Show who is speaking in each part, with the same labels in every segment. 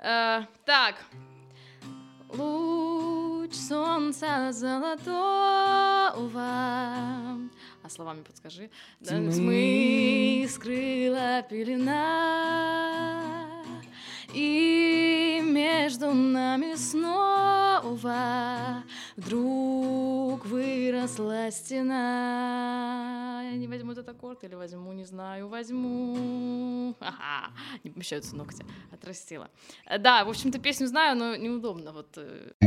Speaker 1: Так. Луч солнца золотого. А словами подскажи. Тьмы скрыла пелена, и между нами снова вдруг выросла стена. Я не возьму этот аккорд или возьму, не знаю, возьму. Ага, не помещаются ногти, отрастила. Да, в общем-то, песню знаю, но неудобно. Вот.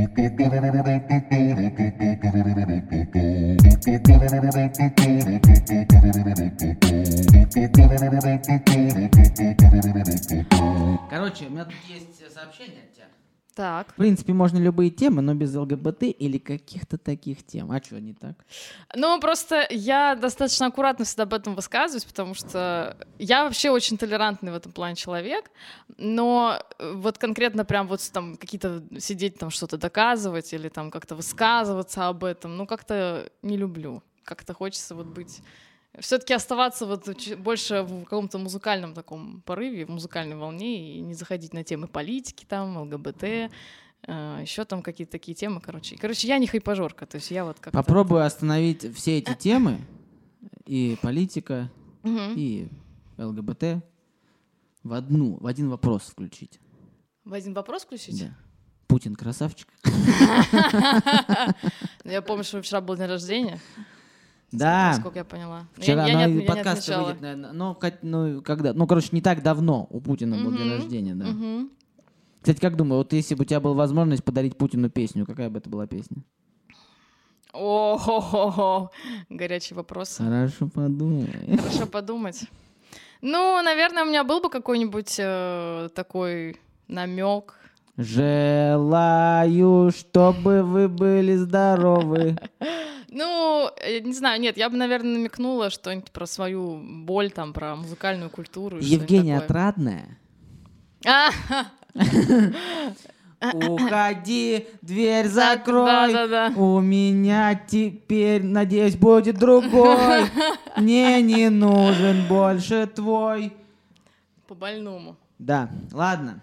Speaker 2: Короче, у меня тут есть сообщение от тебя.
Speaker 1: Так.
Speaker 2: В принципе, можно любые темы, но без ЛГБТ или каких-то таких тем. А что, не так?
Speaker 1: Ну, просто я достаточно аккуратно всегда об этом высказываюсь, потому что я вообще очень толерантный в этом плане человек, но вот конкретно прям вот там какие-то сидеть там что-то доказывать или там как-то высказываться об этом, ну, как-то не люблю. Как-то хочется вот быть... Все-таки оставаться вот больше в каком-то музыкальном таком порыве, в музыкальной волне и не заходить на темы политики, там, ЛГБТ, еще там какие-то такие темы, короче. Я не хайпажорка, то есть я вот как-то...
Speaker 2: Попробую остановить все эти темы, и политика, и ЛГБТ, в один вопрос включить.
Speaker 1: В один вопрос включить?
Speaker 2: Да. Путин красавчик.
Speaker 1: Я помню, что вчера был день рождения.
Speaker 2: Да.
Speaker 1: Насколько я поняла.
Speaker 2: Вчера
Speaker 1: я
Speaker 2: подкаст выйдет, наверное. Когда? Ну, короче, не так давно у Путина был день рождения, да. Кстати, как думаю, вот если бы у тебя была возможность подарить Путину песню, какая бы это была песня?
Speaker 1: О-хо-хо-хо. Горячий вопрос.
Speaker 2: Хорошо подумать.
Speaker 1: Ну, наверное, у меня был бы какой-нибудь такой намек.
Speaker 2: Желаю, чтобы вы были здоровы.
Speaker 1: Ну, не знаю, нет, я бы, наверное, намекнула что-нибудь про свою боль, там, про музыкальную культуру.
Speaker 2: Евгения Отрадная. Уходи, дверь закрой.
Speaker 1: Да.
Speaker 2: У меня теперь, надеюсь, будет другой. Мне не нужен больше твой.
Speaker 1: По-больному.
Speaker 2: Да, ладно.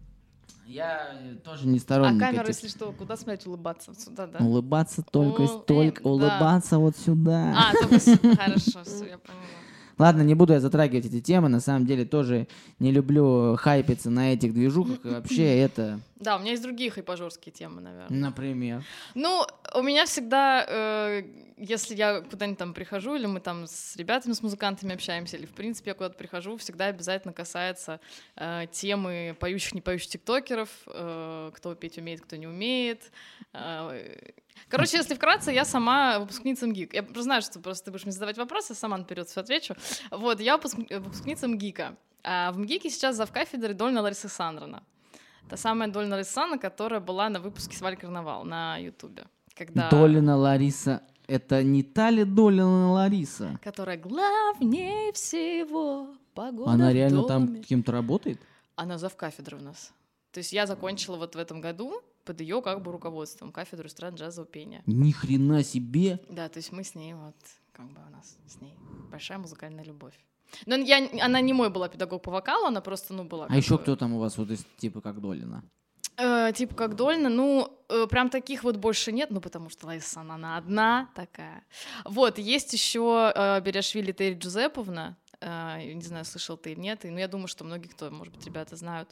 Speaker 2: Я тоже не сторонник.
Speaker 1: А камера, если что, куда смотреть, улыбаться? Сюда, да?
Speaker 2: Улыбаться только улыбаться вот сюда.
Speaker 1: Хорошо, все, я поняла.
Speaker 2: Ладно, не буду я затрагивать эти темы. На самом деле тоже не люблю хайпиться на этих движухах. И вообще это...
Speaker 1: Да, у меня есть другие хайпажорские темы, наверное.
Speaker 2: Например?
Speaker 1: Ну, у меня всегда, если я куда-нибудь там прихожу, или мы там с ребятами, с музыкантами общаемся, или, в принципе, я куда-то прихожу, всегда обязательно касается темы поющих, не поющих тиктокеров, кто петь умеет, кто не умеет. Короче, если вкратце, я сама выпускница МГИК. Я просто знаю, что просто ты будешь мне задавать вопросы, сама наперед все отвечу. Вот, я выпускница МГИКа. А в МГИКе сейчас завкафедрой Дольна Лариса Александровна. Та самая Дольна Лариса Александровна, которая была на выпуске «Сваль Карнавал» на Ютубе.
Speaker 2: Долина Лариса. Это не та ли Долина Лариса?
Speaker 1: Которая главнее всего погода.
Speaker 2: Она реально там кем-то работает?
Speaker 1: Она завкафедрой у нас. То есть я закончила вот в этом году под ее как бы руководством кафедру эстрады джазового пения.
Speaker 2: Ни хрена себе!
Speaker 1: Да, то есть мы с ней вот, как бы у нас с ней большая музыкальная любовь. Но она не мой была педагог по вокалу, она просто, была...
Speaker 2: А еще кто там у вас, вот типа как Долина?
Speaker 1: Типа как Дольна, прям таких вот больше нет, потому что Лариса, она одна такая. Вот, есть еще Беряшвили Терри Джузеповна, не знаю, слышал ты или нет, но я думаю, что многие, кто, может быть, ребята знают.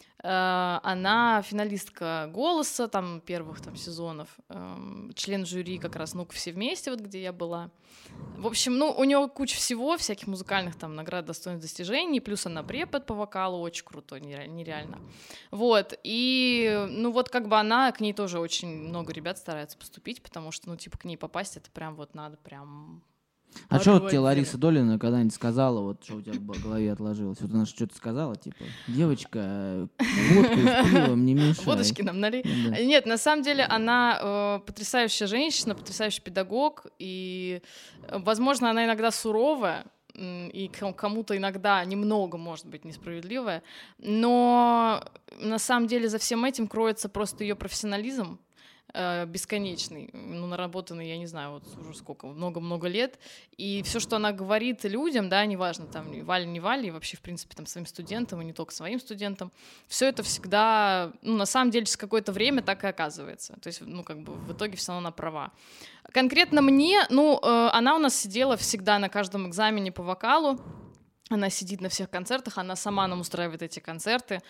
Speaker 1: Она финалистка «Голоса», там, первых там, сезонов, член жюри как раз «Ну-ка, все вместе», вот где я была. В общем, у нее куча всего, всяких музыкальных там наград, достоинств, достижений, плюс она препод по вокалу, очень крутой, нереально. Вот, и, вот как бы она, к ней тоже очень много ребят стараются поступить, потому что, к ней попасть, это прям вот надо прям...
Speaker 2: А что тебе Лариса Долина когда-нибудь сказала, вот что у тебя в голове отложилось? Вот она что-то сказала, типа, девочка, водку с пивом не мешай.
Speaker 1: Водочки нам налей.
Speaker 2: Да.
Speaker 1: Нет, на самом деле она потрясающая женщина, потрясающий педагог, и, возможно, она иногда суровая, и кому-то иногда немного, может быть, несправедливая, но на самом деле за всем этим кроется просто ее профессионализм, бесконечный, ну, наработанный, я не знаю, вот уже сколько, много-много лет, и все, что она говорит людям, да, неважно, там, Валя, не Валя, и вообще, в принципе, там, своим студентам, и не только своим студентам, все это всегда, ну, на самом деле, через какое-то время так и оказывается, то есть, ну, как бы, в итоге все равно она права. Конкретно мне, ну, она у нас сидела всегда на каждом экзамене по вокалу, она сидит на всех концертах, она сама нам устраивает эти концерты,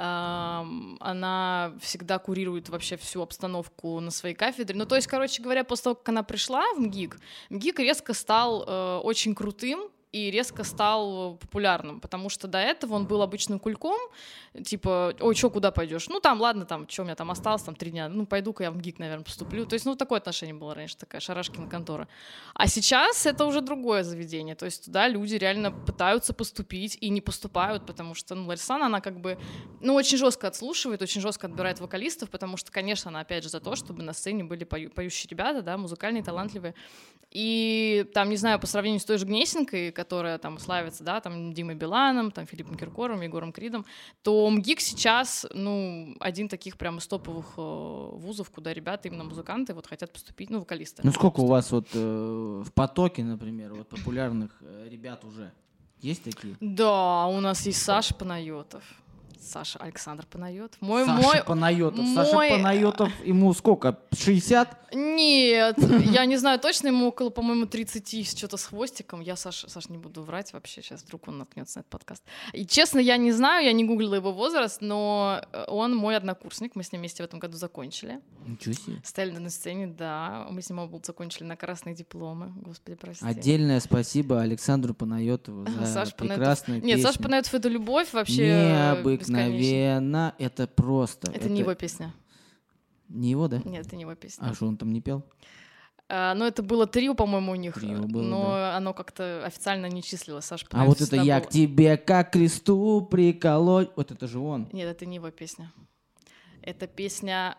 Speaker 1: она всегда курирует вообще всю обстановку на своей кафедре. Ну, то есть, короче говоря, после того, как она пришла в МГИК резко стал очень крутым и резко стал популярным, потому что до этого он был обычным кульком, типа, ой, чё, куда пойдешь? Ну, там, ладно, там, чё у меня там осталось, там, 3 дня, ну, пойду-ка я в МГИК, наверное, поступлю. То есть, ну, такое отношение было раньше, такая шарашкина контора. А сейчас это уже другое заведение, то есть туда люди реально пытаются поступить и не поступают, потому что, ну, Ларисана, она как бы, ну, очень жестко отслушивает, очень жестко отбирает вокалистов, потому что, конечно, она, опять же, за то, чтобы на сцене были поющие ребята, да, музыкальные, талантливые. И там, не знаю, по сравнению с той же Гнесинкой, которая там славится, да, там Димой Биланом, там Филиппом Киркоровым, Егором Кридом, то МГИК сейчас, ну, один таких прям из топовых вузов, куда ребята, именно музыканты, вот хотят поступить, ну, вокалисты.
Speaker 2: Ну, сколько у вас вот в потоке, например, вот популярных ребят уже? Есть такие?
Speaker 1: Да, у нас есть Саша Панайотов. Саша Александр Панайотов.
Speaker 2: Саша Панайотов, ему сколько, 60?
Speaker 1: Нет, я не знаю точно, ему около, по-моему, 30 что-то с хвостиком. Я Саш, не буду врать вообще, сейчас вдруг он наткнется на этот подкаст. И честно, я не знаю, я не гуглила его возраст, но он мой однокурсник, мы с ним вместе в этом году закончили.
Speaker 2: Ничего себе.
Speaker 1: Стояли на сцене, да, мы с ним закончили на красные дипломы, господи, прости.
Speaker 2: Отдельное спасибо Александру Панайотову за прекрасную песню.
Speaker 1: Нет, Саша Панайотов — это любовь вообще
Speaker 2: необыкновенно, это просто.
Speaker 1: Это не его песня.
Speaker 2: Не его, да?
Speaker 1: Нет, это не его песня.
Speaker 2: А что, он там не пел?
Speaker 1: Ну, это было трио, по-моему, у них,
Speaker 2: было,
Speaker 1: но
Speaker 2: да.
Speaker 1: Оно как-то официально не числилось. Саша
Speaker 2: А вот это «Я к тебе как к кресту приколоть», вот это же он.
Speaker 1: Нет, это не его песня. Это песня...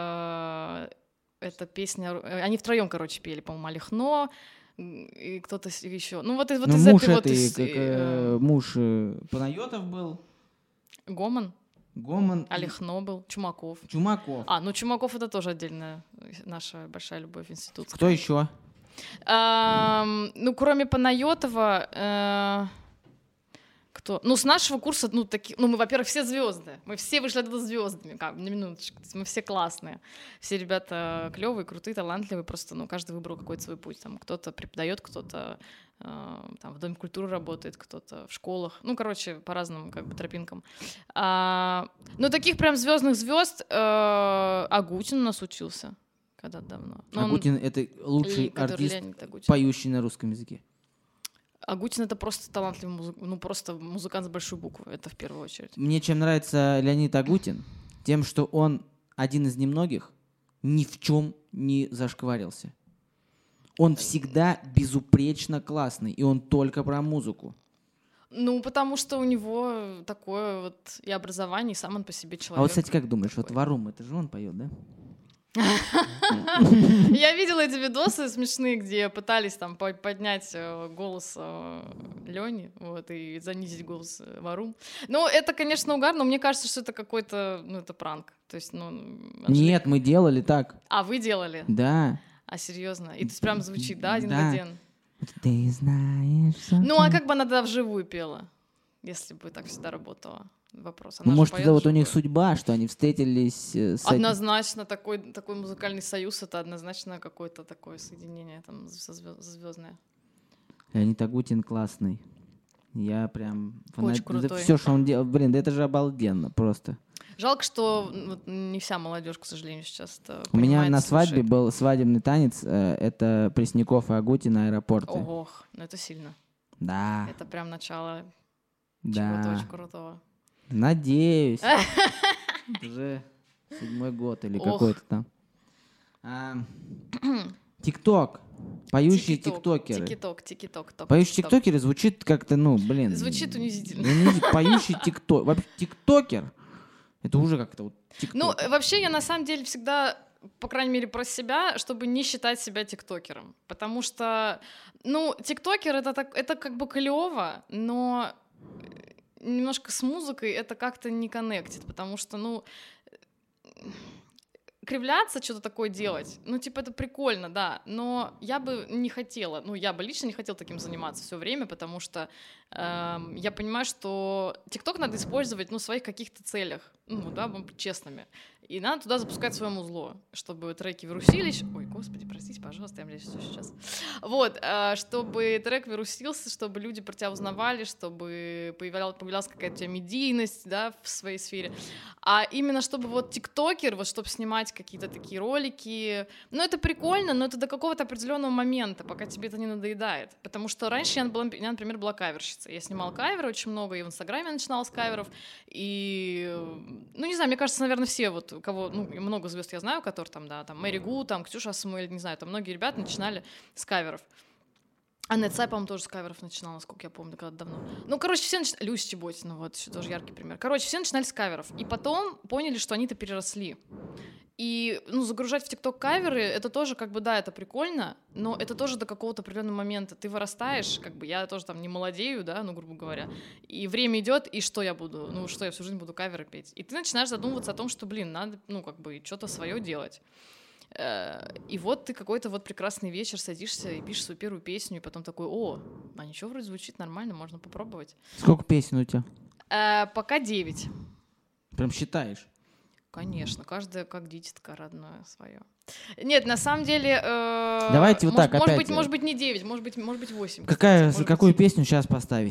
Speaker 1: Они втроем, короче, пели, по-моему, Олехно и кто-то еще. Ну, вот из
Speaker 2: муж
Speaker 1: этой вот...
Speaker 2: Муж Панайотов был.
Speaker 1: Гомон. Олехно был, Чумаков. Ну Чумаков — это тоже отдельная наша большая любовь институтская.
Speaker 2: Кто еще?
Speaker 1: Ну, кроме Панайотова, кто? Ну, с нашего курса, ну, такие, ну, мы, во-первых, все звезды. Мы все вышли оттуда звездами, как, на минуточку. Мы все классные. Все ребята клевые, крутые, талантливые. Просто, ну, каждый выбрал какой-то свой путь. Там кто-то преподает, кто-то там в Доме культуры работает, кто-то в школах. Ну, короче, по разным как бы тропинкам. Ну, таких прям звездных звезд Агутин у нас учился когда-то давно.
Speaker 2: Агутин — это лучший артист, поющий на русском языке.
Speaker 1: Агутин — это просто талантливый просто музыкант с большой буквы, это в первую очередь.
Speaker 2: Мне чем нравится Леонид Агутин, тем, что он один из немногих ни в чем не зашкварился. Он всегда безупречно классный, и он только про музыку.
Speaker 1: Ну, потому что у него такое вот и образование, и сам он по себе человек.
Speaker 2: А вот, кстати, как думаешь, вот «Варум» — это же он поет, да?
Speaker 1: Я видела эти видосы смешные, где пытались там поднять голос Лёни, вот, и занизить голос Варум. Ну, это, конечно, угар, но мне кажется, что это какой-то, ну, это пранк. То есть, ну...
Speaker 2: Нет, мы делали так.
Speaker 1: А, вы делали?
Speaker 2: Да.
Speaker 1: А, серьезно? И то есть прям звучит, да, один в один?
Speaker 2: Ты знаешь...
Speaker 1: Ну, а как бы она тогда вживую пела, если бы так всегда работала? Вопрос.
Speaker 2: Ну, может, это вот у них судьба, что они встретились с...
Speaker 1: Однозначно, такой музыкальный союз — это однозначно какое-то такое соединение там звездное.
Speaker 2: Леонид Агутин классный. Я прям...
Speaker 1: Очень крутой.
Speaker 2: Все, что он делал, блин, да это же обалденно просто.
Speaker 1: Жалко, что не вся молодежь, к сожалению, сейчас это
Speaker 2: У меня на свадьбе был свадебный танец, это Пресняков и Агутин, «Аэропорты».
Speaker 1: Ох, ну это сильно.
Speaker 2: Да.
Speaker 1: Это прям начало
Speaker 2: да.
Speaker 1: чего-то очень крутого.
Speaker 2: Надеюсь. Уже 7-й год или какой-то там. ТикТок. Поющие тиктокеры.
Speaker 1: Тик-ток.
Speaker 2: Поющие тиктокеры звучит как-то, ну, блин.
Speaker 1: Звучит унизительно.
Speaker 2: Поющий тикток. Вообще, тиктокер. Это уже как-то вот тиктокер.
Speaker 1: Ну, вообще, я на самом деле всегда, по крайней мере, про себя, чтобы не считать себя тиктокером. Потому что, ну, тиктокер — это как бы клево, но немножко с музыкой это как-то не коннектит, потому что, ну, кривляться, что-то такое делать, ну, типа, это прикольно, да, но я бы не хотела, ну, я бы лично не хотела таким заниматься все время, потому что я понимаю, что ТикТок надо использовать, ну, в своих каких-то целях, ну, да, будем честными, и надо туда запускать свое музло, чтобы треки вирусились, ой, господи, простите, пожалуйста, я, блядь, все сейчас, вот, чтобы трек вирусился, чтобы люди про тебя узнавали, чтобы появлялась какая-то у тебя медийность, да, в своей сфере, а именно чтобы вот тиктокер, вот чтобы снимать какие-то такие ролики, ну это прикольно, но это до какого-то определенного момента, пока тебе это не надоедает, потому что раньше я, например, была каверщица, я снимала каверы очень много, и в Инстаграме начинала с каверов, и, ну не знаю, мне кажется, наверное, все вот, кого, ну много звезд я знаю, которые там, да, там Мэри Гу, там Ксюша Асмуэль, не знаю, там многие ребята начинали с каверов. Анна Цай, по-моему, тоже с каверов начинала, насколько я помню, когда давно. Ну, короче, все начинали... Люся Чеботина, вот, еще тоже яркий пример. Короче, все начинали с каверов. И потом поняли, что они-то переросли. И, ну, загружать в ТикТок каверы, это тоже, как бы, да, это прикольно, но это тоже до какого-то определенного момента. Ты вырастаешь, как бы, я тоже там не молодею, да, ну, грубо говоря, и время идет, и что я буду? Ну, что я всю жизнь буду каверы петь? И ты начинаешь задумываться о том, что, блин, надо, ну, как бы, что-то свое делать. И вот ты какой-то вот прекрасный вечер садишься и пишешь свою первую песню, и потом такой, о, а ничего, вроде звучит нормально, можно попробовать.
Speaker 2: Сколько песен у тебя?
Speaker 1: Пока 9.
Speaker 2: Прям считаешь?
Speaker 1: Конечно, каждая как дитятка родное свое. Нет, на самом деле...
Speaker 2: Давайте вот так опять.
Speaker 1: Может быть, не 9, может быть 8.
Speaker 2: Какую песню сейчас поставить?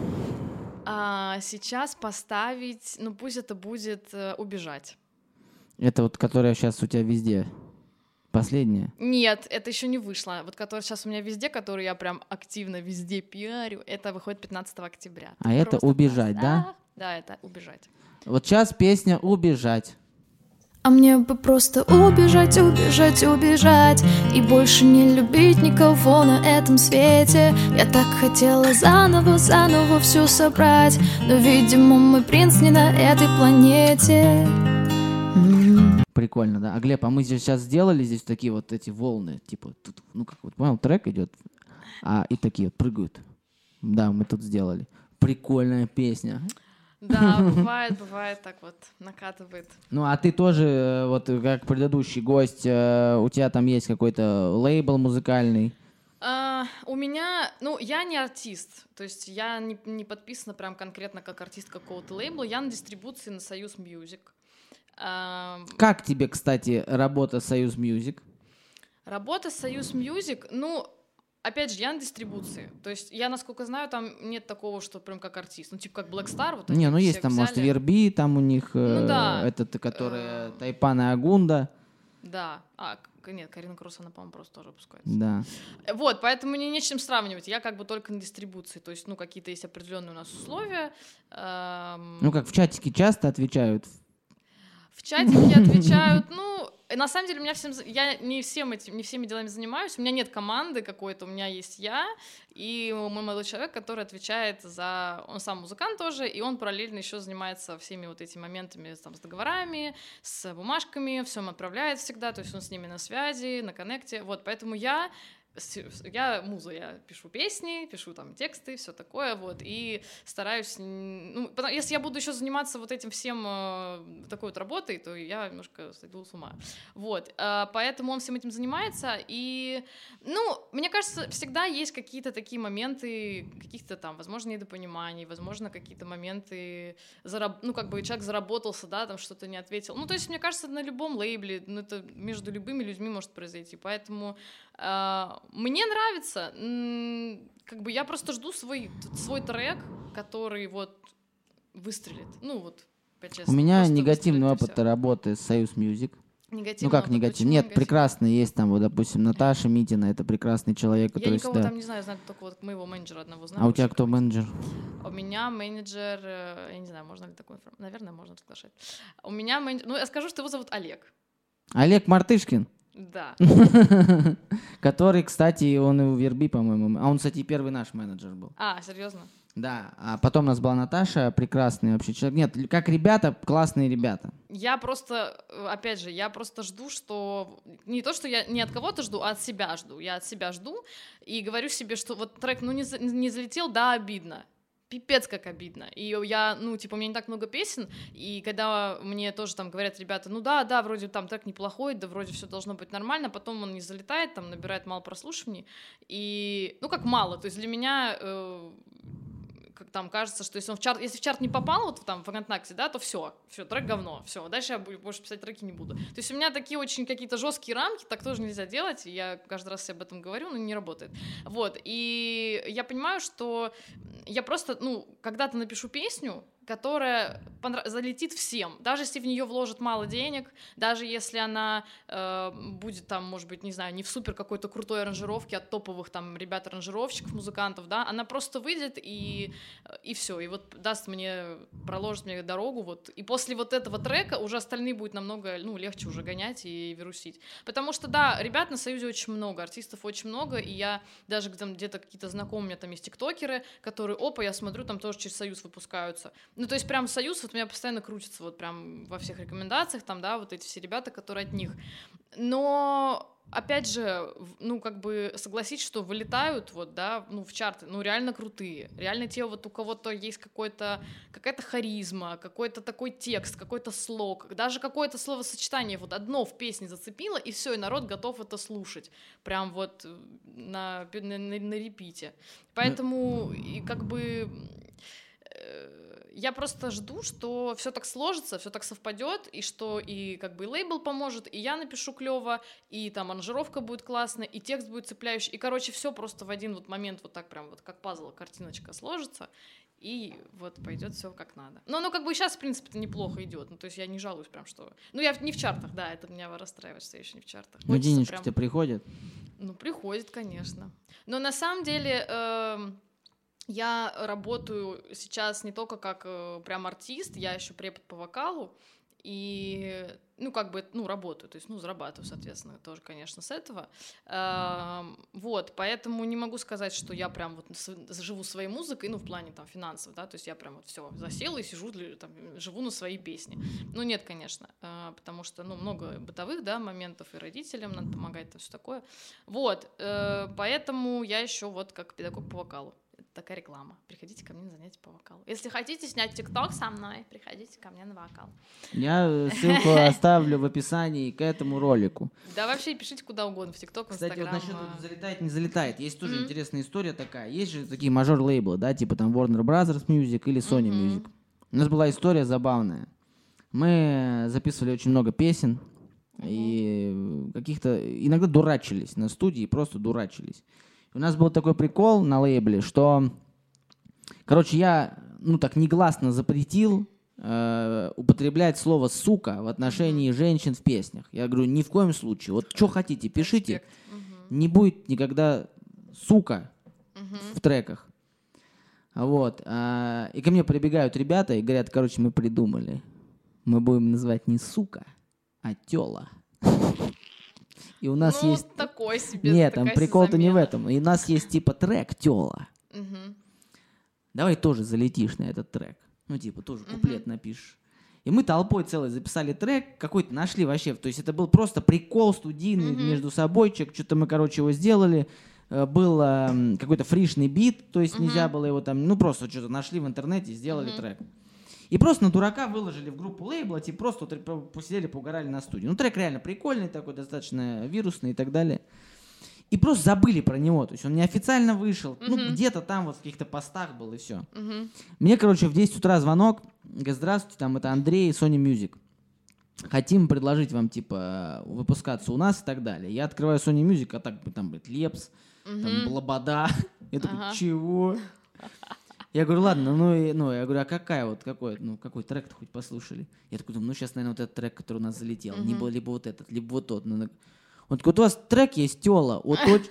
Speaker 1: Сейчас поставить, ну пусть это будет «Убежать».
Speaker 2: Это вот, которая сейчас у тебя везде... Последняя?
Speaker 1: Нет, это еще не вышло. Вот которая сейчас у меня везде, которую я прям активно везде пиарю, это выходит 15 октября.
Speaker 2: А это «Убежать», да?
Speaker 1: Да, это «Убежать».
Speaker 2: Вот сейчас песня «Убежать».
Speaker 3: А мне бы просто убежать, убежать, убежать и больше не любить никого на этом свете. Я так хотела заново, заново все собрать, но, видимо, мой принц не на этой планете.
Speaker 2: Прикольно, да. А, Глеб, а мы сейчас сделали здесь такие вот эти волны, типа, тут, ну как вот, понял, трек идет, и такие вот прыгают. Да, мы тут сделали. Прикольная песня.
Speaker 1: Да, бывает так вот, накатывает.
Speaker 2: Ну, а ты тоже, вот как предыдущий гость, у тебя там есть какой-то лейбл музыкальный?
Speaker 1: У меня, ну, я не артист, то есть я не подписана прям конкретно как артист какого-то лейбла, я на дистрибуции на Союз Мьюзик.
Speaker 2: Как тебе, кстати, работа Союз Мьюзик?
Speaker 1: Работа Союз Мьюзик, ну, опять же, я на дистрибуции. То есть я, насколько знаю, там нет такого, что прям как артист. Ну, типа как Black Star. Вот
Speaker 2: не, ну есть там, может, Верби, там у них,
Speaker 1: ну, да.
Speaker 2: этот, который Тайпан и Агунда.
Speaker 1: Да. Нет, Карина Крус, она, по-моему, просто тоже опускается.
Speaker 2: Да.
Speaker 1: Вот, поэтому мне нечем сравнивать. Я как бы только на дистрибуции. То есть, ну, какие-то есть определенные у нас условия.
Speaker 2: Ну, как в чатике часто отвечают?
Speaker 1: В чатике отвечают, ну, на самом деле, я не всеми делами занимаюсь, у меня нет команды какой-то, у меня есть я и мой молодой человек, который отвечает он сам музыкант тоже, и он параллельно еще занимается всеми вот этими моментами там, с договорами, с бумажками, все им отправляет всегда, то есть он с ними на связи, на коннекте, вот, поэтому я муза, я пишу песни, пишу там тексты, все такое, вот, и стараюсь, ну, если я буду еще заниматься вот этим всем такой вот работой, то я немножко сойду с ума, вот, поэтому он всем этим занимается, и, ну, мне кажется, всегда есть какие-то такие моменты, каких-то там, возможно, недопониманий, возможно, какие-то моменты, ну, как бы человек заработался, да, там что-то не ответил, ну, то есть, мне кажется, на любом лейбле, ну, это между любыми людьми может произойти, поэтому мне нравится, как бы я просто жду свой трек, который вот выстрелит, ну вот, по-честному.
Speaker 2: У меня негативный опыт работы с Союз Мьюзик. Ну как негативный? Нет, прекрасно есть там, вот, допустим, Наташа Митина, это прекрасный человек, который
Speaker 1: я никого там не знаю только вот моего менеджера одного знаю.
Speaker 2: А у тебя кто менеджер?
Speaker 1: У меня менеджер, я не знаю, можно ли такую информацию, наверное, можно разглашать. У меня менеджер, ну я скажу, что его зовут Олег.
Speaker 2: Олег Мартышкин?
Speaker 1: Да.
Speaker 2: Который, кстати, он и у Верби, по-моему. А он, кстати, первый наш менеджер был.
Speaker 1: Серьезно?
Speaker 2: Да. А потом у нас была Наташа, прекрасный вообще человек. Нет, как ребята, классные ребята.
Speaker 1: Я просто, опять же, жду, что... Не то, что я не от кого-то жду, а от себя жду. Я от себя жду и говорю себе, что вот трек, ну, не залетел, да, обидно. пипец как обидно. И я, ну, типа, у меня не так много песен, и когда мне тоже там говорят ребята, ну да, вроде там трек неплохой, да вроде все должно быть нормально, потом он не залетает, там набирает мало прослушиваний, и, ну, как мало, то есть для меня... как там кажется, что если в чарт не попал, вот там в ВКонтакте, да, то все, трек говно, все, дальше я больше писать треки не буду. То есть у меня такие очень какие-то жесткие рамки, так тоже нельзя делать, и я каждый раз себе об этом говорю, но не работает. Вот, и я понимаю, что я просто, ну, когда-то напишу песню, которая залетит всем, даже если в нее вложат мало денег, даже если она будет там, может быть, не знаю, не в супер какой-то крутой аранжировке от топовых там ребят-аранжировщиков, музыкантов, да, она просто выйдет и все, и вот проложит мне дорогу, вот, и после вот этого трека уже остальные будет намного, ну, легче уже гонять и вирусить, потому что, да, ребят на Союзе очень много, артистов очень много, и я даже там где-то какие-то знакомые, у меня там есть тиктокеры, которые, опа, я смотрю, там тоже через Союз выпускаются. Ну, то есть прям Союз вот у меня постоянно крутится вот прям во всех рекомендациях, там, да, вот эти все ребята, которые от них. Но, опять же, ну, как бы согласись, что вылетают вот, да, ну, в чарты, ну, реально крутые. Реально те вот у кого-то есть какая-то харизма, какой-то такой текст, какой-то слог, даже какое-то словосочетание вот одно в песне зацепило, и все, и народ готов это слушать. Прям вот на репите. Поэтому, и как бы... Я просто жду, что все так сложится, все так совпадет, и что и как бы и лейбл поможет, и я напишу клево, и там аранжировка будет классная, и текст будет цепляющий, и, короче, все просто в один вот момент вот так прям вот как пазл, картиночка сложится, и вот пойдет все как надо. Но оно как бы сейчас, в принципе, неплохо идет, ну, то есть я не жалуюсь прям, что... Ну, я не в чартах, да, это меня расстраивает, что я еще не в чартах.
Speaker 2: Ну, денежки тебе приходят?
Speaker 1: Ну, приходит, конечно. Но на самом деле... Я работаю сейчас не только как прям артист, я еще препод по вокалу, и, ну, как бы, ну, работаю, то есть, ну, зарабатываю, соответственно, тоже, конечно, с этого. Вот, поэтому не могу сказать, что я прям вот живу своей музыкой, ну, в плане, там, финансов, да, то есть я прям вот все засела и сижу, там, живу на своей песне. Ну, нет, конечно, потому что, ну, много бытовых, да, моментов, и родителям надо помогать, и все такое. Вот, поэтому я еще вот как педагог по вокалу. Такая реклама. Приходите ко мне на занятия по вокалу. Если хотите снять ТикТок со мной, приходите ко мне на вокал.
Speaker 2: Я ссылку оставлю в описании к этому ролику.
Speaker 1: Да вообще пишите куда угодно, в ТикТок, в Инстаграм.
Speaker 2: Кстати, вот насчет залетает, не залетает. Есть тоже интересная история такая. Есть же такие мажор-лейблы, да, типа там Warner Brothers Music или Sony Music. У нас была история забавная. Мы записывали очень много песен и каких-то... Иногда дурачились на студии, просто дурачились. У нас был такой прикол на лейбле, что, короче, я, ну, так негласно запретил употреблять слово «сука» в отношении женщин в песнях. Я говорю, ни в коем случае. Вот что хотите, пишите. Не будет никогда «сука» в треках. Вот. И ко мне прибегают ребята и говорят, короче, мы придумали. Мы будем называть не «сука», а «тёла». И у нас
Speaker 1: ну,
Speaker 2: есть...
Speaker 1: такой себе.
Speaker 2: Нет, там прикол-то не в этом. И у нас есть типа трек «Тёла». Давай тоже залетишь на этот трек. Ну, типа, тоже куплет напишешь. И мы толпой целой записали трек, какой-то нашли вообще. То есть это был просто прикол студийный между собойчик. Что-то мы, короче, его сделали. Был какой-то фришный бит, то есть нельзя было его там... Ну, просто что-то нашли в интернете, сделали трек. И просто на дурака выложили в группу лейбла, типа просто вот посидели, поугорали на студии. Ну, трек реально прикольный такой, достаточно вирусный и так далее. И просто забыли про него, то есть он неофициально вышел, ну, где-то там вот в каких-то постах был и все. Мне, короче, в 10 утра звонок, говорит, здравствуйте, там это Андрей, Sony Music. Хотим предложить вам, типа, выпускаться у нас и так далее. Я открываю Sony Music, а так, там, блядь, Лепс, там, Блобода. Я такой, чего? Я говорю, ладно, я говорю, а какой трек-то хоть послушали? Я такой думаю, ну сейчас, наверное, вот этот трек, который у нас залетел, либо вот этот, либо вот тот. Он такой, вот у вас трек есть, тёла, вот очень...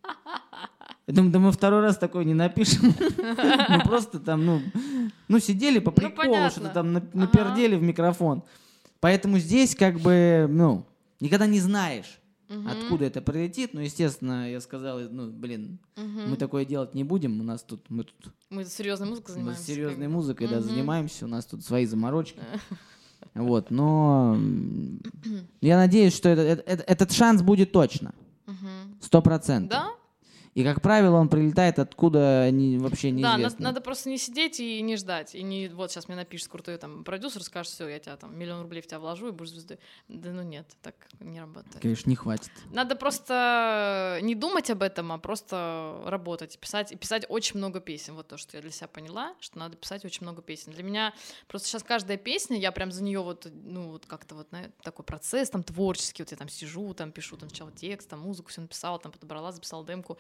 Speaker 2: Я думаю, да мы второй раз такой не напишем. Мы просто там, сидели по приколу, что-то там напердели в микрофон. Поэтому здесь как бы, никогда не знаешь, откуда это прилетит. Ну, естественно, я сказал, мы такое делать не будем. У нас тут...
Speaker 1: Мы серьезной музыкой занимаемся.
Speaker 2: Мы серьезной музыкой, занимаемся. У нас тут свои заморочки. Вот, но я надеюсь, что этот шанс будет точно. 100%.
Speaker 1: Да?
Speaker 2: И, как правило, он прилетает откуда вообще
Speaker 1: Да,
Speaker 2: неизвестно.
Speaker 1: надо просто не сидеть и не ждать. И не вот сейчас мне напишет крутой там продюсер, скажет, все, я тебя там 1 000 000 рублей в тебя вложу и будешь звездой. Да ну нет, так не работает.
Speaker 2: Конечно, не хватит.
Speaker 1: Надо просто не думать об этом, а просто работать, писать очень много песен. Вот то, что я для себя поняла, что надо писать очень много песен. Для меня просто сейчас каждая песня, я прям за нее вот, ну вот как-то вот такой процесс там творческий, вот я там сижу, там пишу там сначала текст, там музыку все написала, там подобрала, записала демку.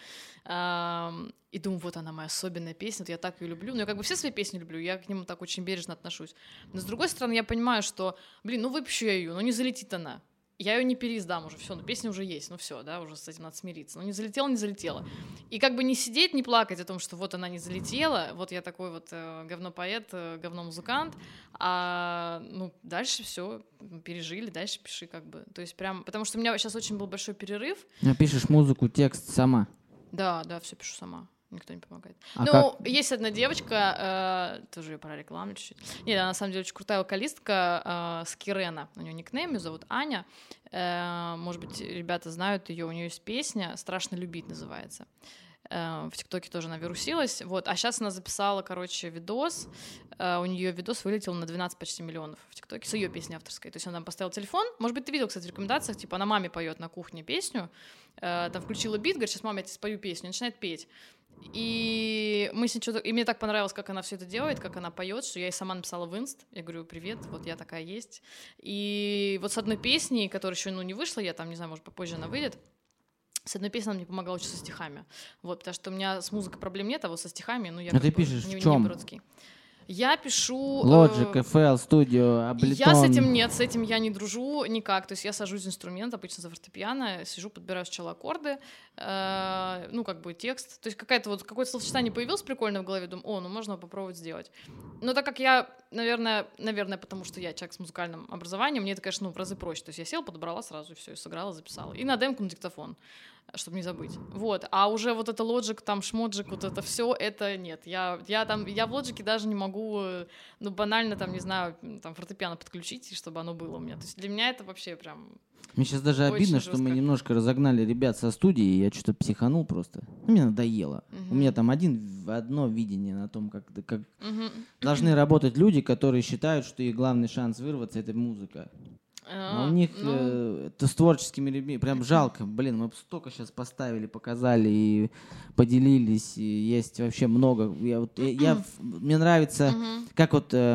Speaker 1: И думаю, вот она моя особенная песня, вот я так ее люблю. Но я как бы все свои песни люблю, я к ним так очень бережно отношусь. Но с другой стороны, я понимаю, что, ну выпущу я ее, но не залетит она. Я ее не переиздам уже, все, песня уже есть, все, да, уже с этим надо смириться. Не залетела. И как бы не сидеть, не плакать о том, что вот она не залетела, вот я такой вот говнопоэт, говномузыкант, а дальше все пережили, дальше пиши как бы. То есть прям, потому что у меня сейчас очень был большой перерыв.
Speaker 2: Пишешь музыку, текст сама?
Speaker 1: Да, все пишу сама. Никто не помогает. Есть одна девочка, тоже ее пора рекламировать чуть-чуть. Нет, она на самом деле очень крутая вокалистка с Кирена. У нее никнейм, ее зовут Аня. Может быть, ребята знают ее. У нее есть песня «Страшно любить» называется. В ТикТоке тоже она вирусилась. Вот. А сейчас она записала, видос. У нее видос вылетел на 12 почти миллионов в ТикТоке с ее песней авторской. То есть она там поставила телефон. Может быть, ты видел, кстати, в рекомендациях, типа она маме поет на кухне песню. Там включила бит, говорит, сейчас, мама, я тебе спою песню. И начинает петь. И мне так понравилось, как она все это делает, как она поет, что я ей сама написала в инст. Я говорю, привет, вот я такая есть. И вот с одной песней, которая еще не вышла, я там, не знаю, может, попозже она выйдет, с одной песней она мне помогала учиться стихами. Вот, потому что у меня с музыкой проблем нет, а вот со стихами, я
Speaker 2: ты пишешь в чем?
Speaker 1: Не бродский. Я пишу...
Speaker 2: Logic, FL, Studio, Ableton.
Speaker 1: Я с этим я не дружу никак. То есть я сажусь за инструмент, обычно за фортепиано, сижу, подбираю сначала аккорды, текст. То есть какое-то словосочетание появилось прикольно в голове, думаю, можно попробовать сделать. Но так как я, наверное, потому что я человек с музыкальным образованием, мне это, конечно, в разы проще. То есть я села, подобрала сразу, и все, и сыграла, записала. И на демку, на диктофон, чтобы не забыть. Вот. А уже вот это Logic, там, шмотжик, вот это все, это нет. Я в Logic даже не могу, банально, там, не знаю, там, фортепиано подключить, чтобы оно было у меня. То есть для меня это вообще прям...
Speaker 2: Мне сейчас даже обидно,
Speaker 1: жестко.
Speaker 2: что мы немножко разогнали ребят со студии, и я что-то психанул просто. Мне надоело. У меня там одно видение на том, как должны работать люди, которые считают, что их главный шанс вырваться — это музыка. А у них это с творческими людьми. Прям жалко. Блин, мы столько сейчас поставили, показали и поделились. И есть вообще много. Мне нравится, как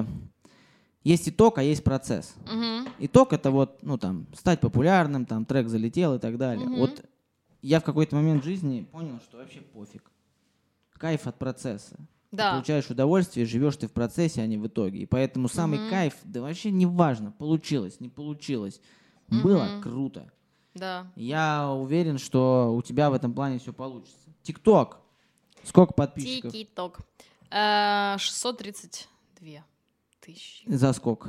Speaker 2: есть итог, а есть процесс. Итог — это стать популярным, там трек залетел и так далее. Вот я в какой-то момент в жизни понял, что вообще пофиг. Кайф от процесса.
Speaker 1: Да.
Speaker 2: Ты получаешь удовольствие, живешь ты в процессе, а не в итоге. И поэтому самый кайф, да вообще не важно, получилось, не получилось. Было круто.
Speaker 1: Да.
Speaker 2: Я уверен, что у тебя в этом плане все получится. ТикТок. Сколько подписчиков?
Speaker 1: ТикТок. 632 тысячи.
Speaker 2: За сколько?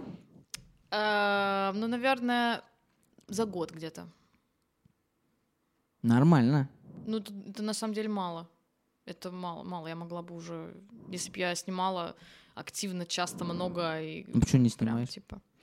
Speaker 1: Наверное, за год где-то.
Speaker 2: Нормально.
Speaker 1: Это на самом деле мало. Это мало. Я могла бы уже, если бы я снимала активно, часто, много. И
Speaker 2: почему не снимаешь?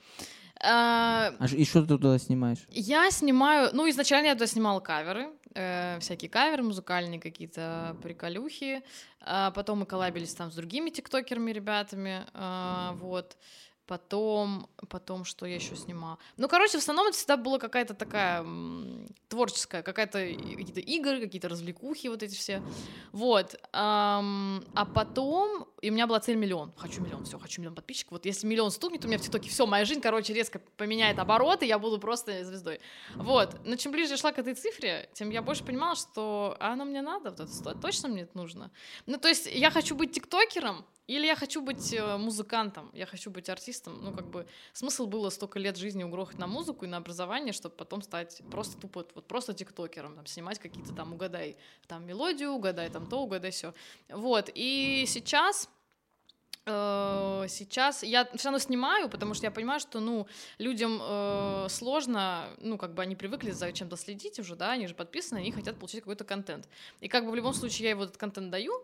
Speaker 2: И что ты туда снимаешь?
Speaker 1: Я снимаю... изначально я туда снимала каверы. Всякие каверы музыкальные, какие-то приколюхи. Потом мы коллабились там с другими тиктокерами, ребятами. Вот. Потом, что я еще снимала? В основном это всегда была какая-то такая творческая, какие-то игры, какие-то развлекухи, вот эти все. Вот. А потом, и у меня была цель 1 000 000. Хочу 1 000 000, хочу 1 000 000 подписчиков. Вот если 1 000 000 стукнет у меня в ТикТоке, все, моя жизнь, резко поменяет обороты, я буду просто звездой. Вот. Но чем ближе я шла к этой цифре, тем я больше понимала, что оно мне надо, вот это точно мне это нужно. То есть я хочу быть тиктокером, или я хочу быть музыкантом, я хочу быть артистом. Смысл было столько лет жизни угрохать на музыку и на образование, чтобы потом стать просто тупо, просто тиктокером, там, снимать какие-то там, угадай там мелодию, угадай там то, угадай все. Вот, и сейчас я все равно снимаю, потому что я понимаю, что, людям сложно, они привыкли за чем-то следить уже, да, они же подписаны, они хотят получить какой-то контент. И в любом случае я его этот контент даю,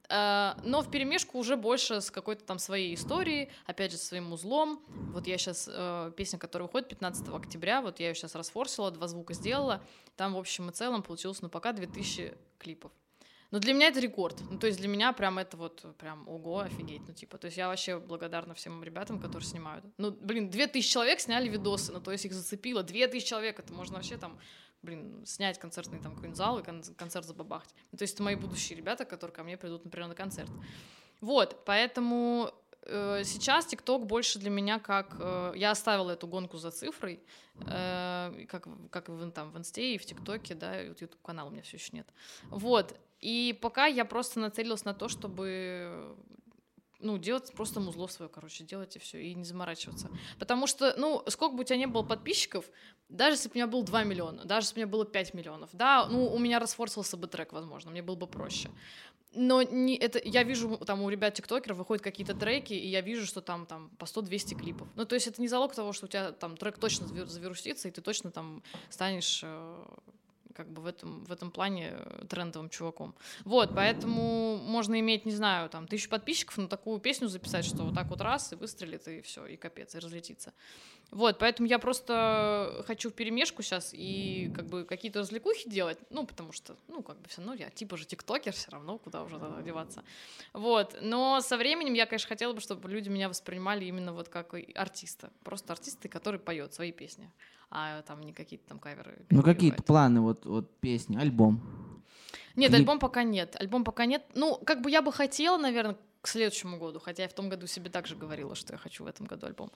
Speaker 1: но вперемешку уже больше с какой-то там своей историей, опять же, своим узлом. Вот я сейчас, песня, которая выходит 15 октября, вот я ее сейчас расфорсила, 2 звука сделала, там в общем и целом получилось, ну, пока 2000 клипов. Но для меня это рекорд. Ну, то есть для меня прям это вот прям ого, офигеть. Ну, типа, то есть я вообще благодарна всем ребятам, которые снимают. Ну, блин, 2000 человек сняли видосы, ну, то есть их зацепило. 2000 человек, это можно вообще там, блин, снять концертный там какой-нибудь зал и концерт забабахать. Ну, то есть это мои будущие ребята, которые ко мне придут, например, на концерт. Вот, поэтому сейчас ТикТок больше для меня как... я оставила эту гонку за цифрой, как там в Инсте и в ТикТоке, да, и вот YouTube-канала у меня все еще нет. Вот, и пока я просто нацелилась на то, чтобы... ну, делать просто музло свое, короче, делать и все, и не заморачиваться. Потому что, ну, сколько бы у тебя не было подписчиков, даже если бы у меня было 2 миллиона, даже если бы у меня было 5 миллионов, да, ну, у меня расфорсился бы трек, возможно, мне было бы проще. Но не, это, я вижу, там у ребят-тиктокеров выходят какие-то треки, и я вижу, что там по 100-200 клипов. Ну, то есть это не залог того, что у тебя там трек точно завирусится, и ты точно там станешь... как бы в этом плане трендовым чуваком. Вот, поэтому можно иметь, не знаю, там, 1000 подписчиков, но такую песню записать, что вот так вот раз, и выстрелит, и все, и капец, и разлетится. Вот, поэтому я просто хочу вперемешку сейчас и как бы какие-то развлекухи делать, ну, потому что, ну, как бы все равно я типа же тиктокер, все равно, куда уже одеваться. Вот, но со временем я, конечно, хотела бы, чтобы люди меня воспринимали именно вот как артиста, просто артисты, который поет свои песни, а там не какие-то там каверы.
Speaker 2: Ну, какие-то планы, вот песни, альбом?
Speaker 1: Нет, альбом пока нет. Ну, как бы я бы хотела, наверное, к следующему году, хотя я в том году себе также говорила, что я хочу в этом году альбом.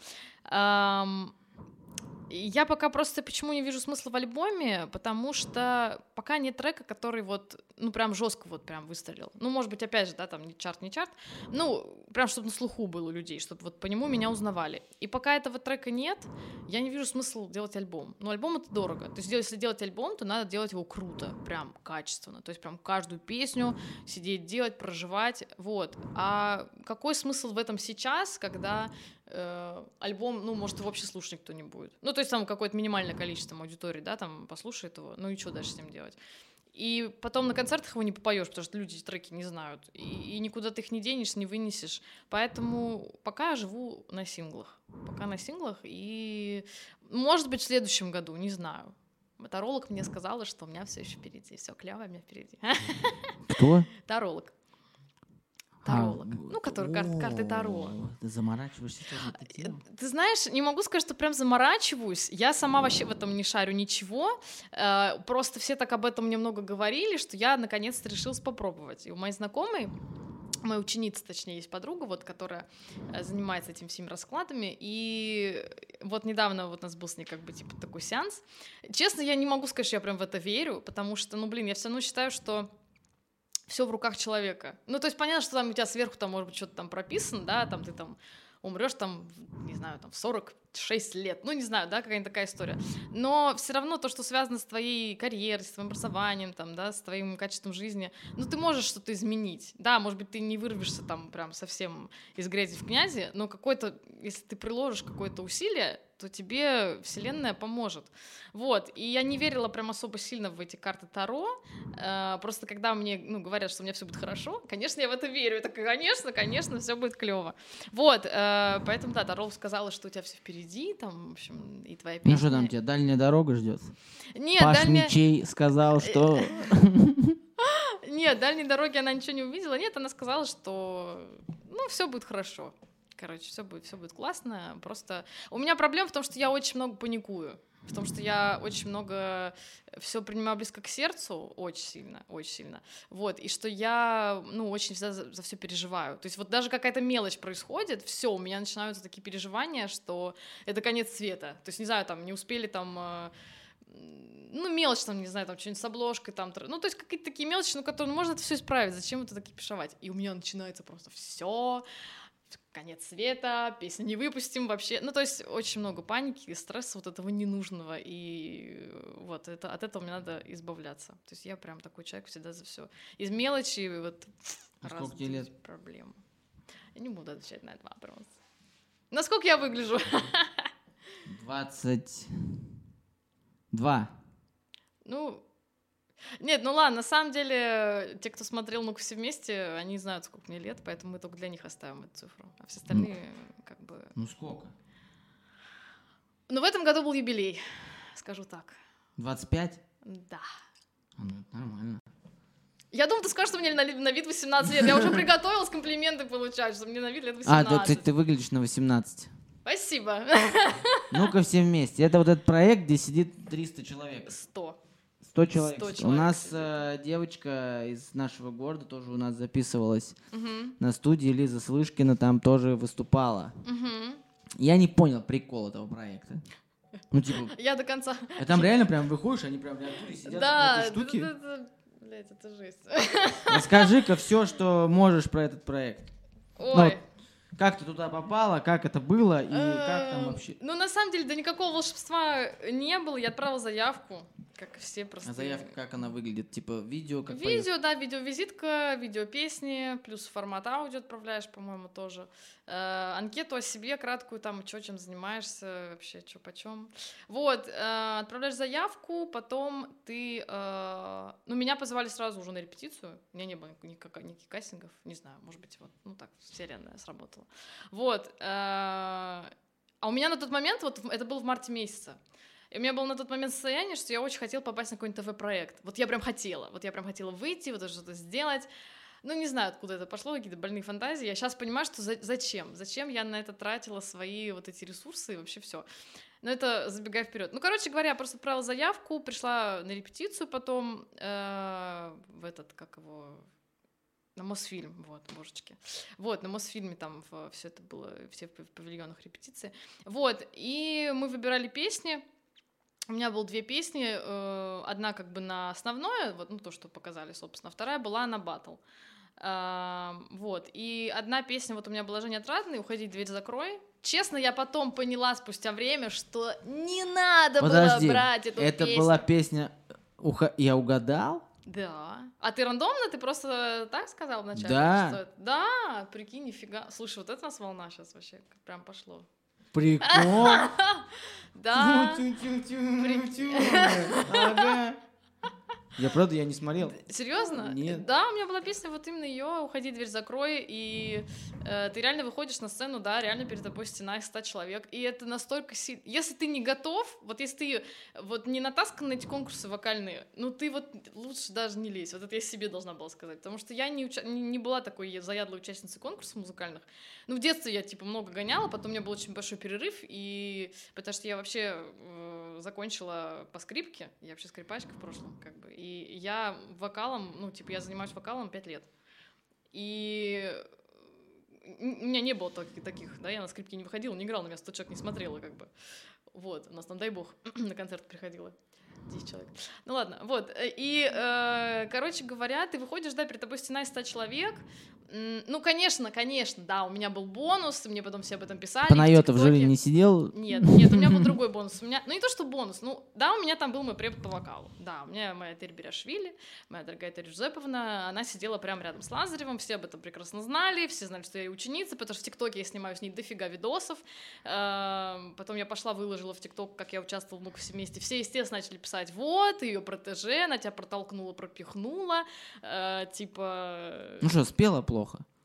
Speaker 1: Я пока просто почему не вижу смысла в альбоме, потому что пока нет трека, который вот, ну, прям жестко вот прям выстрелил. Ну, может быть, опять же, да, там не чарт, ну, прям чтобы на слуху был у людей, чтобы вот по нему меня узнавали. И пока этого трека нет, я не вижу смысла делать альбом. Но альбом — это дорого. То есть если делать альбом, то надо делать его круто, прям качественно. То есть прям каждую песню сидеть, делать, проживать, вот. А какой смысл в этом сейчас, когда... альбом, ну, может, его вообще слушать никто не будет. Ну, то есть там какое-то минимальное количество аудитории, да, там послушает его, ну и что дальше с ним делать? И потом на концертах его не попоешь, потому что люди эти треки не знают, и никуда ты их не денешь, не вынесешь. Поэтому пока я живу на синглах. И, может быть, в следующем году, не знаю. Таролог мне сказала, что у меня все еще впереди, все клево у меня впереди.
Speaker 2: Кто?
Speaker 1: Таролог. Таролог. Ну, который карты Таро.
Speaker 2: Ты заморачиваешься тоже на эту тему?
Speaker 1: Ты знаешь, не могу сказать, что прям заморачиваюсь. Я сама вообще в этом не шарю ничего. Просто все так об этом мне много говорили, что я наконец-то решилась попробовать. И у моей знакомой, моей ученицы, точнее, есть подруга, вот, которая занимается этими всеми раскладами, и вот недавно вот у нас был с ней как бы типа такой сеанс. Честно, я не могу сказать, что я прям в это верю, потому что, ну, блин, я все равно считаю, что все в руках человека. Ну, то есть понятно, что там у тебя сверху там, может быть, что-то там прописано, да, там ты там умрешь там, не знаю, там в 46 лет, ну, не знаю, да, какая-нибудь такая история. Но все равно то, что связано с твоей карьерой, с твоим образованием, там, да, с твоим качеством жизни, ну, ты можешь что-то изменить. Да, может быть, ты не вырвешься там прям совсем из грязи в князи, но какой-то, если ты приложишь какое-то усилие, то тебе вселенная поможет. Вот, и я не верила прям особо сильно в эти карты Таро, просто когда мне, ну, говорят, что у меня все будет хорошо, конечно, я в это верю, я такая, конечно, все будет клево. Вот, поэтому, да, Таро сказала, что у тебя все впереди, там, в общем, и твоя песня.
Speaker 2: Ну что там, тебя дальняя дорога ждет?
Speaker 1: Нет,
Speaker 2: Паш Мечей сказал, что...
Speaker 1: Нет, дальней дороги она ничего не увидела, нет, она сказала, что, ну, все будет хорошо. Короче, все будет классно. Просто у меня проблема в том, что я очень много паникую. В том, что я очень много все принимаю близко к сердцу, очень сильно. Вот, и что я, ну, очень всегда за все переживаю. То есть вот даже какая-то мелочь происходит, все, у меня начинаются такие переживания, что это конец света. То есть, не знаю, там, не успели там... ну, мелочь там, не знаю, там, что-нибудь с обложкой, там, ну, то есть какие-то такие мелочи, ну, которые, ну, можно это все исправить, зачем это такие пишевать? И у меня начинается просто все, конец света, песню не выпустим вообще, ну, то есть очень много паники, стресса вот этого ненужного, и вот это, от этого мне надо избавляться, то есть я прям такой человек всегда за все, из мелочи вот
Speaker 2: сколько тебе лет?
Speaker 1: Проблему. Я не буду отвечать на этот вопрос. Насколько я выгляжу?
Speaker 2: 22.
Speaker 1: Ну, Нет, ну ладно, на самом деле, те, кто смотрел «Ну-ка все вместе», они знают, сколько мне лет, поэтому мы только для них оставим эту цифру. А все остальные, как бы...
Speaker 2: Ну сколько?
Speaker 1: Ну, в этом году был юбилей, скажу так.
Speaker 2: 25?
Speaker 1: Да.
Speaker 2: Ну, это нормально.
Speaker 1: Я думаю, ты скажешь, что мне на вид 18 лет. Я уже приготовилась комплименты получать, что мне на вид лет 18.
Speaker 2: Да, ты выглядишь на 18.
Speaker 1: Спасибо.
Speaker 2: Ну-ка все вместе. Это вот этот проект, где сидит 300 человек.
Speaker 1: 100.
Speaker 2: 100 человек.
Speaker 1: 100 человек
Speaker 2: у нас
Speaker 1: сидит.
Speaker 2: девочка из нашего города тоже у нас записывалась
Speaker 1: Угу.
Speaker 2: на студии. Лиза Слышкина там тоже выступала.
Speaker 1: Угу.
Speaker 2: Я не понял прикол этого проекта. Ну, типа,
Speaker 1: Я до конца...
Speaker 2: там реально прям выходишь, они прям в натуре сидят
Speaker 1: Да,
Speaker 2: в этой штуке.
Speaker 1: блядь, это жесть.
Speaker 2: Расскажи-ка все, что можешь про этот проект.
Speaker 1: Ой.
Speaker 2: Как ты туда попала, как это было и как там вообще?
Speaker 1: Ну, на самом деле, да никакого волшебства не было. Я отправила заявку, как и все просто.
Speaker 2: А заявка, как она выглядит? Типа видео, как
Speaker 1: Видео, да, видеовизитка, видеопесни, плюс формат аудио отправляешь, по-моему, тоже. Анкету о себе краткую, там, чё, чем занимаешься, вообще, чё, почем. Вот, отправляешь заявку, потом ты... Ну, меня позвали сразу уже на репетицию, у меня не было никаких кастингов, не знаю, может быть, вот, ну, так, вселенная сработала. Вот, а у меня на тот момент, вот, это было в марте месяце, и у меня было на тот момент состояние, что я очень хотела попасть на какой-нибудь ТВ-проект. Вот я прям хотела выйти, вот что-то сделать. Ну, не знаю, откуда это пошло, какие-то больные фантазии. Я сейчас понимаю, что зачем? Зачем я на это тратила свои вот эти ресурсы и вообще все. Но это забегая вперед. Ну, короче говоря, я просто отправила заявку, пришла на репетицию потом в этот, как его... На Мосфильм, вот, божечки. Вот, на Мосфильме там все это было, все в павильонах репетиции. Вот, и мы выбирали песни. У меня было 2 песни, одна как бы на основное, вот, ну, то, что показали, собственно, вторая была на баттл. Вот, и одна песня, вот у меня была «Женя Отрадный», «Уходи, дверь закрой». Честно, я потом поняла спустя время, что не надо было брать эту песню.
Speaker 2: Это была песня «Я угадал»?
Speaker 1: Да. А ты рандомно? Ты просто так сказал вначале?
Speaker 2: Да.
Speaker 1: Что это? Да, прикинь, нифига. Слушай, вот это у нас волна сейчас вообще прям пошло.
Speaker 2: Прикол.
Speaker 1: Да.
Speaker 2: Ага. Я не смотрел.
Speaker 1: Серьезно?
Speaker 2: Нет.
Speaker 1: Да, у меня была песня, вот именно ее «Уходи, дверь закрой», и ты реально выходишь на сцену, да, реально перед тобой стена из 100 человек, и это настолько сильно... Если ты не готов, вот если ты вот не натаскан на эти конкурсы вокальные, ну ты вот лучше даже не лезь, вот это я себе должна была сказать, потому что я не была такой заядлой участницей конкурсов музыкальных. Ну, в детстве я, типа, много гоняла, потом у меня был очень большой перерыв, и потому что я вообще закончила по скрипке, я вообще скрипачка в прошлом, как бы, и я вокалом, ну, типа, я занимаюсь вокалом 5 лет. И у меня не было таких, да, я на скрипке не выходила, не играла, на меня 100 человек не смотрела, как бы. Вот, у нас там, дай бог, на концерт приходило 10 человек. Ну ладно, вот. И, короче говоря, ты выходишь, да, перед тобой стена из 100 человек. Ну, конечно, да, у меня был бонус, мне потом все об этом писали.
Speaker 2: Панайотов в жюри не сидел?
Speaker 1: Нет, у меня был другой бонус. Ну, не то, что бонус, ну, да, у меня там был мой препод по вокалу. Да, у меня моя Терри Беряшвили, моя дорогая Терри Джузеповна, она сидела прямо рядом с Лазаревым, все об этом прекрасно знали, все знали, что я ее ученица, потому что в ТикТоке я снимаю с ней дофига видосов. Потом я пошла, выложила в ТикТок, как я участвовала в «Ну-ка все вместе». Все, естественно, начали писать: вот, ее протеже, она тебя протолкнула, пропихнула, типа...
Speaker 2: Ну что, спела плохо?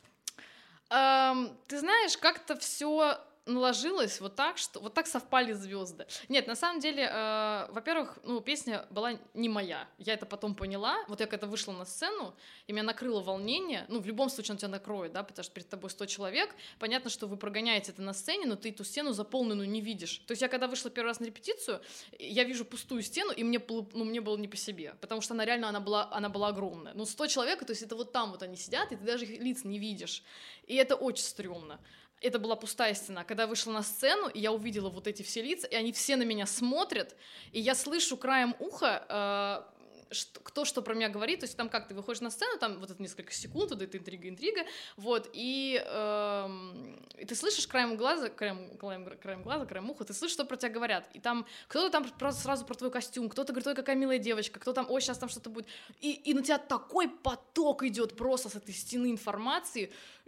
Speaker 1: Ты знаешь, как-то все наложилось вот так, что вот так совпали звезды. Нет, на самом деле, во-первых, ну, песня была не моя. Я это потом поняла. Вот я когда вышла на сцену, и меня накрыло волнение. Ну, в любом случае он тебя накроет, да, потому что перед тобой 100 человек. Понятно, что вы прогоняете это на сцене, но ты эту стену заполненную не видишь. То есть я когда вышла первый раз на репетицию, я вижу пустую стену, и мне было не по себе, потому что она реально, она была огромная. Ну, 100 человек, то есть это вот там вот они сидят, и ты даже их лиц не видишь. И это очень стрёмно. Это была пустая стена. Когда я вышла на сцену, и я увидела вот эти все лица, и они все на меня смотрят, и я слышу краем уха, кто что про меня говорит. То есть там как ты выходишь на сцену, там вот это несколько секунд, вот это интрига, вот, и ты слышишь краем глаза, краем уха, ты слышишь, что про тебя говорят. И там кто-то там сразу про твой костюм, кто-то говорит: ой, какая милая девочка, кто там: ой, сейчас там что-то будет. И на тебя такой поток идет просто с этой стены информации.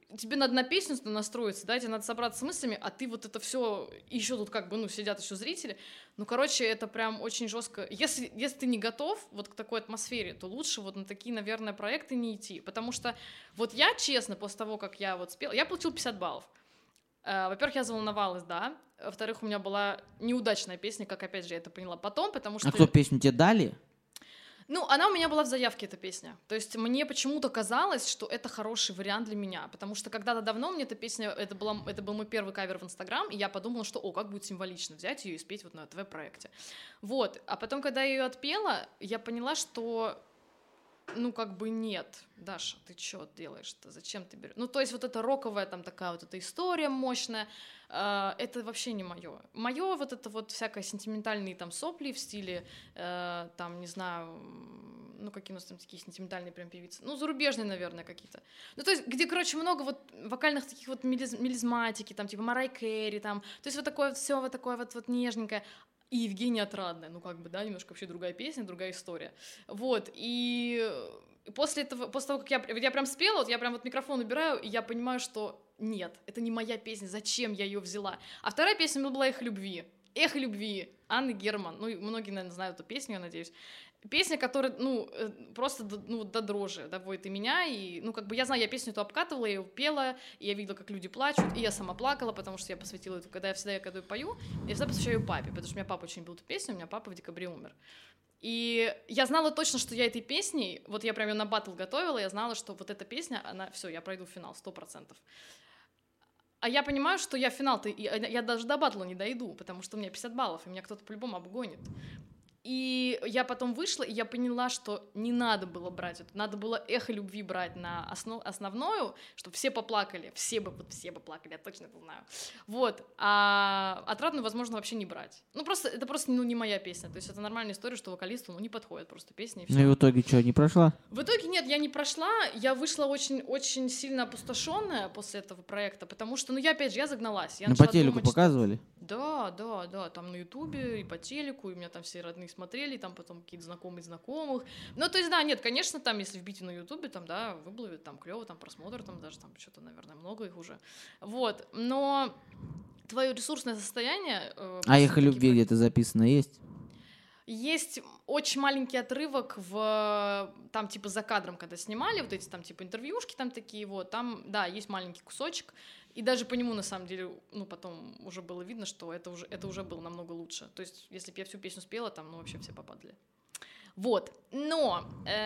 Speaker 1: тебе надо на песню настроиться, да, тебе надо собраться с мыслями, а ты вот это все еще тут как бы, ну, сидят еще зрители. Ну, короче, это прям очень жестко. Если ты не готов вот к такой атмосфере, то лучше вот на такие, наверное, проекты не идти. Потому что вот я, честно, после того, как я вот спела, я получила 50 баллов. Во-первых, я заволновалась, да. Во-вторых, у меня была неудачная песня, как, опять же, я это поняла потом, потому что...
Speaker 2: А кто, песню тебе дали?
Speaker 1: Ну, она у меня была в заявке, эта песня. То есть мне почему-то казалось, что это хороший вариант для меня, потому что когда-то давно мне эта песня, это был мой первый кавер в Инстаграм, и я подумала, что, как будет символично взять ее и спеть вот на ТВ-проекте. Вот. А потом, когда я ее отпела, я поняла, что, ну, как бы нет. Даша, ты что делаешь-то? Зачем ты берешь? Ну, то есть вот эта роковая там такая вот эта история мощная, это вообще не мое. Мое вот это вот всякое сентиментальные там сопли в стиле, там, не знаю, ну, какие у нас там такие сентиментальные прям певицы, ну, зарубежные, наверное, какие-то. Ну, то есть, где, короче, много вот вокальных таких вот мелизматики, там, типа Марай Кэрри, там, то есть вот такое вот все вот такое вот нежненькое. И Евгения Отрадная, ну, как бы, да, немножко вообще другая песня, другая история. Вот, и после того, как я прям спела, вот я прям вот микрофон убираю, и я понимаю, что нет, это не моя песня, зачем я ее взяла. А вторая песня была «Эхо любви». «Эхо любви» Анны Герман. Ну, многие, наверное, знают эту песню, я надеюсь. Песня, которая, ну, просто, ну, до дрожи доводит и меня, и, ну, как бы, я знаю, я песню эту обкатывала, я ее пела, и я видела, как люди плачут, и я сама плакала, потому что я посвятила эту, когда я пою, я всегда посвящаю ее папе, потому что у меня папа очень любил эту песню, у меня папа в декабре умер. И я знала точно, что я этой песней, вот я прям ее на баттл готовила, я знала, что вот эта песня, она, все, я пройду в финал, 100%. А я понимаю, что я в финал-то, я даже до батла не дойду, потому что у меня 50 баллов, и меня кто-то по-любому обгонит. И я потом вышла, и я поняла, что не надо было брать это, надо было «Эхо любви» брать на основную, чтобы все поплакали, все бы плакали, я точно это знаю. Вот, а «Отрадную», возможно, вообще не брать. Ну, это просто ну, не моя песня, то есть это нормальная история, что вокалисту, ну, не подходит просто песня, и всё.
Speaker 2: Ну и в итоге что, не прошла?
Speaker 1: В итоге нет, я не прошла, я вышла очень сильно опустошенная после этого проекта, потому что, ну, я загналась. Я
Speaker 2: по телеку показывали?
Speaker 1: Да, там на Ютубе и по телеку, и у меня там все родные смотрели, там потом какие-то знакомые знакомых. Ну, то есть, да, нет, конечно, там, если вбить на Ютубе, там, да, выплывет, там, клево, там, просмотр, там, даже, там, что-то, наверное, много их уже. Вот, но твое ресурсное состояние...
Speaker 2: А «Эхо любви» где-то записано есть?
Speaker 1: Есть очень маленький отрывок там, типа, за кадром, когда снимали, вот эти там, типа, интервьюшки там такие, вот, там, да, есть маленький кусочек, и даже по нему, на самом деле, ну, потом уже было видно, что это уже было намного лучше. То есть, если бы я всю песню спела, там, ну, вообще все попадали. Вот, но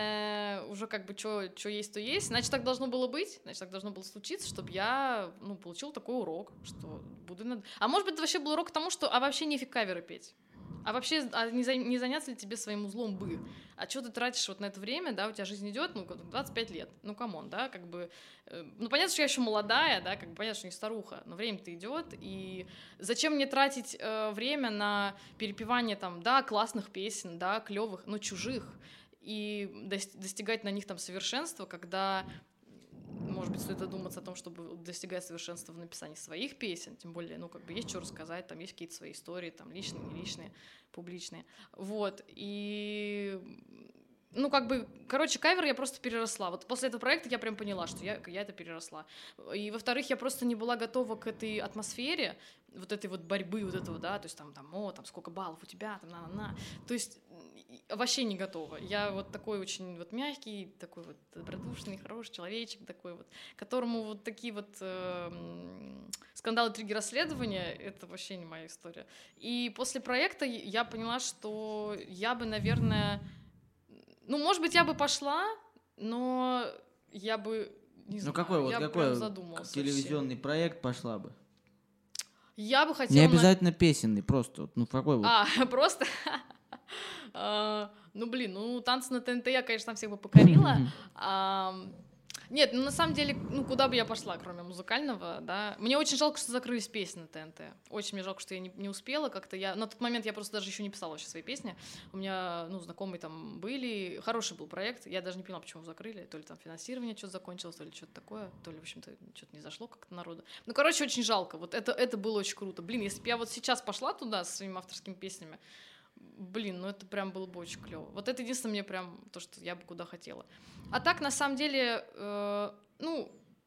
Speaker 1: уже как бы что есть, то есть, значит, так должно было быть, значит, так должно было случиться, чтобы я, ну, получила такой урок, что буду... А может быть, это вообще был урок к тому, что, вообще нефиг каверы петь. А вообще, не заняться ли тебе своим узлом бы? А что ты тратишь вот на это время, да, у тебя жизнь идет, ну, 25 лет, ну, камон, да, как бы, ну, понятно, что я еще молодая, да, как бы, понятно, что не старуха, но время-то идет, и зачем мне тратить время на перепевание, там, да, классных песен, да, клевых, но чужих, и достигать на них, там, совершенства, когда... Может быть, стоит задуматься о том, чтобы достигать совершенства в написании своих песен, тем более, ну, как бы есть что рассказать, там есть какие-то свои истории, там, личные, не личные, публичные, вот, и, ну, как бы, короче, кавер я просто переросла, вот после этого проекта я прям поняла, что я это переросла, и, во-вторых, я просто не была готова к этой атмосфере, вот этой вот борьбы, вот этого, да, то есть там, там, сколько баллов у тебя, там, на, то есть вообще не готова. Я вот такой очень вот мягкий, такой вот добродушный, хороший человечек такой вот, которому вот такие вот скандалы, интриги, расследования, это вообще не моя история. И после проекта я поняла, что я бы, наверное, ну, может быть, я бы пошла, но я бы, не знаю,
Speaker 2: какой
Speaker 1: задумалась
Speaker 2: телевизионный проект пошла бы?
Speaker 1: Я бы хотела...
Speaker 2: Не обязательно песенный, просто, ну, какой вот?
Speaker 1: Просто... Ну, блин, ну, танцы на ТНТ я, конечно, там всех бы покорила. Нет, ну, на самом деле, ну, куда бы я пошла, кроме музыкального, да. Мне очень жалко, что закрылись песни на ТНТ. Очень мне жалко, что я не успела как-то. На тот момент я просто даже еще не писала вообще свои песни. У меня, ну, знакомые там были. Хороший был проект. Я даже не поняла, почему его закрыли. То ли там финансирование что-то закончилось, то ли что-то такое. То ли, в общем-то, что-то не зашло как-то народу. Ну, короче, очень жалко. Вот это было очень круто. Блин, если бы я вот сейчас пошла туда со своими авторскими песнями, блин, ну это прям было бы очень клево. Вот это единственное мне прям то, что я бы куда хотела. А так, на самом деле, ну,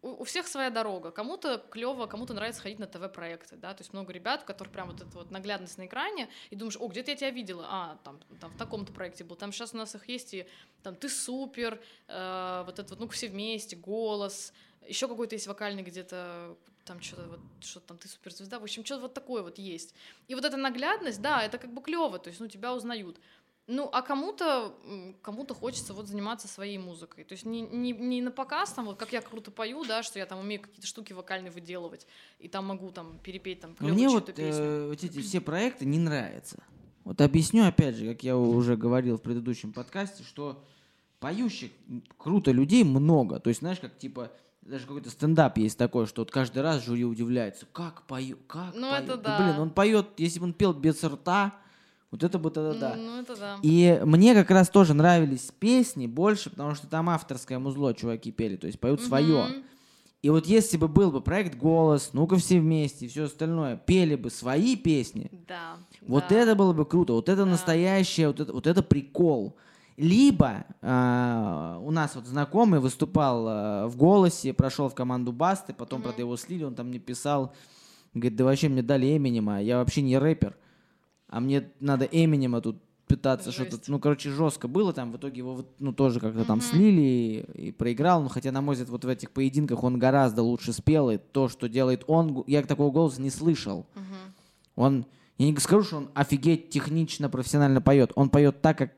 Speaker 1: у всех своя дорога. Кому-то клево, кому-то нравится ходить на ТВ-проекты, да, то есть много ребят, у которых прям вот эта вот наглядность на экране, и думаешь, о, где-то я тебя видела, там в таком-то проекте был, там сейчас у нас их есть, и там «Ты супер», вот это вот, ну, все вместе, «Голос», еще какой-то есть вокальный где-то, там что-то вот, что-то там «Ты суперзвезда», в общем, что-то вот такое вот есть. И вот эта наглядность, да, это как бы клево, то есть, ну, тебя узнают. Ну, а кому-то хочется вот заниматься своей музыкой. То есть не на показ, там, вот как я круто пою, да, что я там умею какие-то штуки вокальные выделывать, и там могу там перепеть там клёвую
Speaker 2: Мне
Speaker 1: чью-то
Speaker 2: вот
Speaker 1: песню.
Speaker 2: вот эти все проекты не нравятся. Вот объясню опять же, как я уже говорил в предыдущем подкасте, что поющих круто людей много. То есть, знаешь, как типа даже какой-то стендап есть такой, что вот каждый раз жюри удивляется, как пою, как
Speaker 1: Ну,
Speaker 2: поет.
Speaker 1: это
Speaker 2: Да,
Speaker 1: да.
Speaker 2: блин, он поет, если бы он пел без рта, вот это бы тогда да.
Speaker 1: Ну, это да.
Speaker 2: И мне как раз тоже нравились песни больше, потому что там авторское музло чуваки пели, то есть поют свое. И вот если бы был бы проект «Голос», «Ну-ка все вместе» и все остальное, пели бы свои песни,
Speaker 1: Да.
Speaker 2: вот
Speaker 1: да.
Speaker 2: это было бы круто, вот это настоящее, вот это прикол. Либо у нас вот знакомый выступал в «Голосе», прошел в команду «Басты», потом, правда, его слили, он там мне писал, говорит, да вообще мне дали Эминема, я вообще не рэпер, а мне надо Эминема тут пытаться что-то. Ну, короче, жестко было там. В итоге его тоже как-то там слили и проиграл. Но хотя, на мой взгляд, вот в этих поединках он гораздо лучше спел. И то, что делает он, я такого голоса не слышал. Он, я не скажу, что он офигеть технично, профессионально поет. Он поет так, как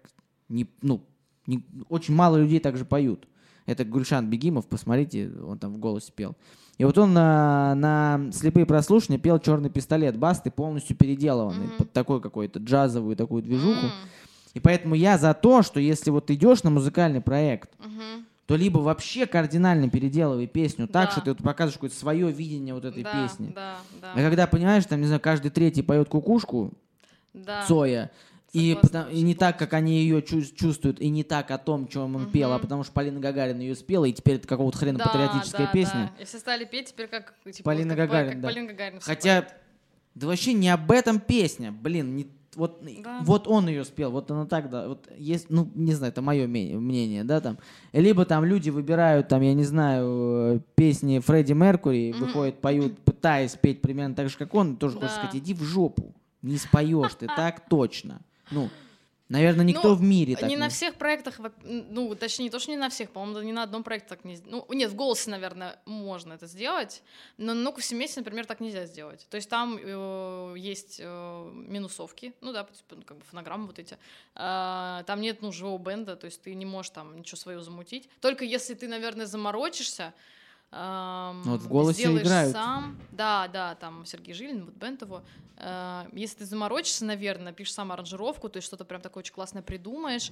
Speaker 2: очень мало людей так же поют. Это Гульшан Бегимов, посмотрите, он там в «Голосе» пел. И вот он на слепые прослушивания пел «Черный пистолет» Басты, полностью переделанный под такой какой-то джазовую такую движуху. И поэтому я за то, что если вот идешь на музыкальный проект, то либо вообще кардинально переделывай песню так, что ты вот показываешь какое-то свое видение вот этой песни.
Speaker 1: Да.
Speaker 2: А когда понимаешь, там, не знаю, каждый третий поет кукушку, Цоя, и не так, как они ее чувствуют, и не так о том, чем он пел, а потому что Полина Гагарина ее спела, и теперь это какого-то хрена патриотическая песня.
Speaker 1: Да. И все стали петь теперь как типа,
Speaker 2: Полина Гагарина, да.
Speaker 1: Полина Гагарина.
Speaker 2: Хотя, да вообще не об этом песня, блин, вот он ее спел, вот она так, да, вот есть, ну, не знаю, это мое мнение, да, там. Либо там люди выбирают, там, я не знаю, песни Фредди Меркьюри, выходят, поют, пытаясь петь примерно так же, как он, тоже хочется сказать, иди в жопу, не споешь ты, так точно. Ну, наверное, никто в мире так
Speaker 1: не на всех проектах, ну, точнее, не то, что не на всех, по-моему, ни на одном проекте так не... Ну, нет, в «Голосе», наверное, можно это сделать, но «Ну-ка все вместе», например, так нельзя сделать. То есть там есть минусовки, ну да, как бы фонограммы вот эти, там нет, ну, живого бенда, то есть ты не можешь там ничего своего замутить. Только если ты, наверное, заморочишься,
Speaker 2: вот в «Голосе»
Speaker 1: сделаешь
Speaker 2: играют.
Speaker 1: сам. Да, там Сергей Жилин, вот бенд его. Если ты заморочишься, наверное, пишешь сам аранжировку, то есть что-то прям такое очень классное придумаешь,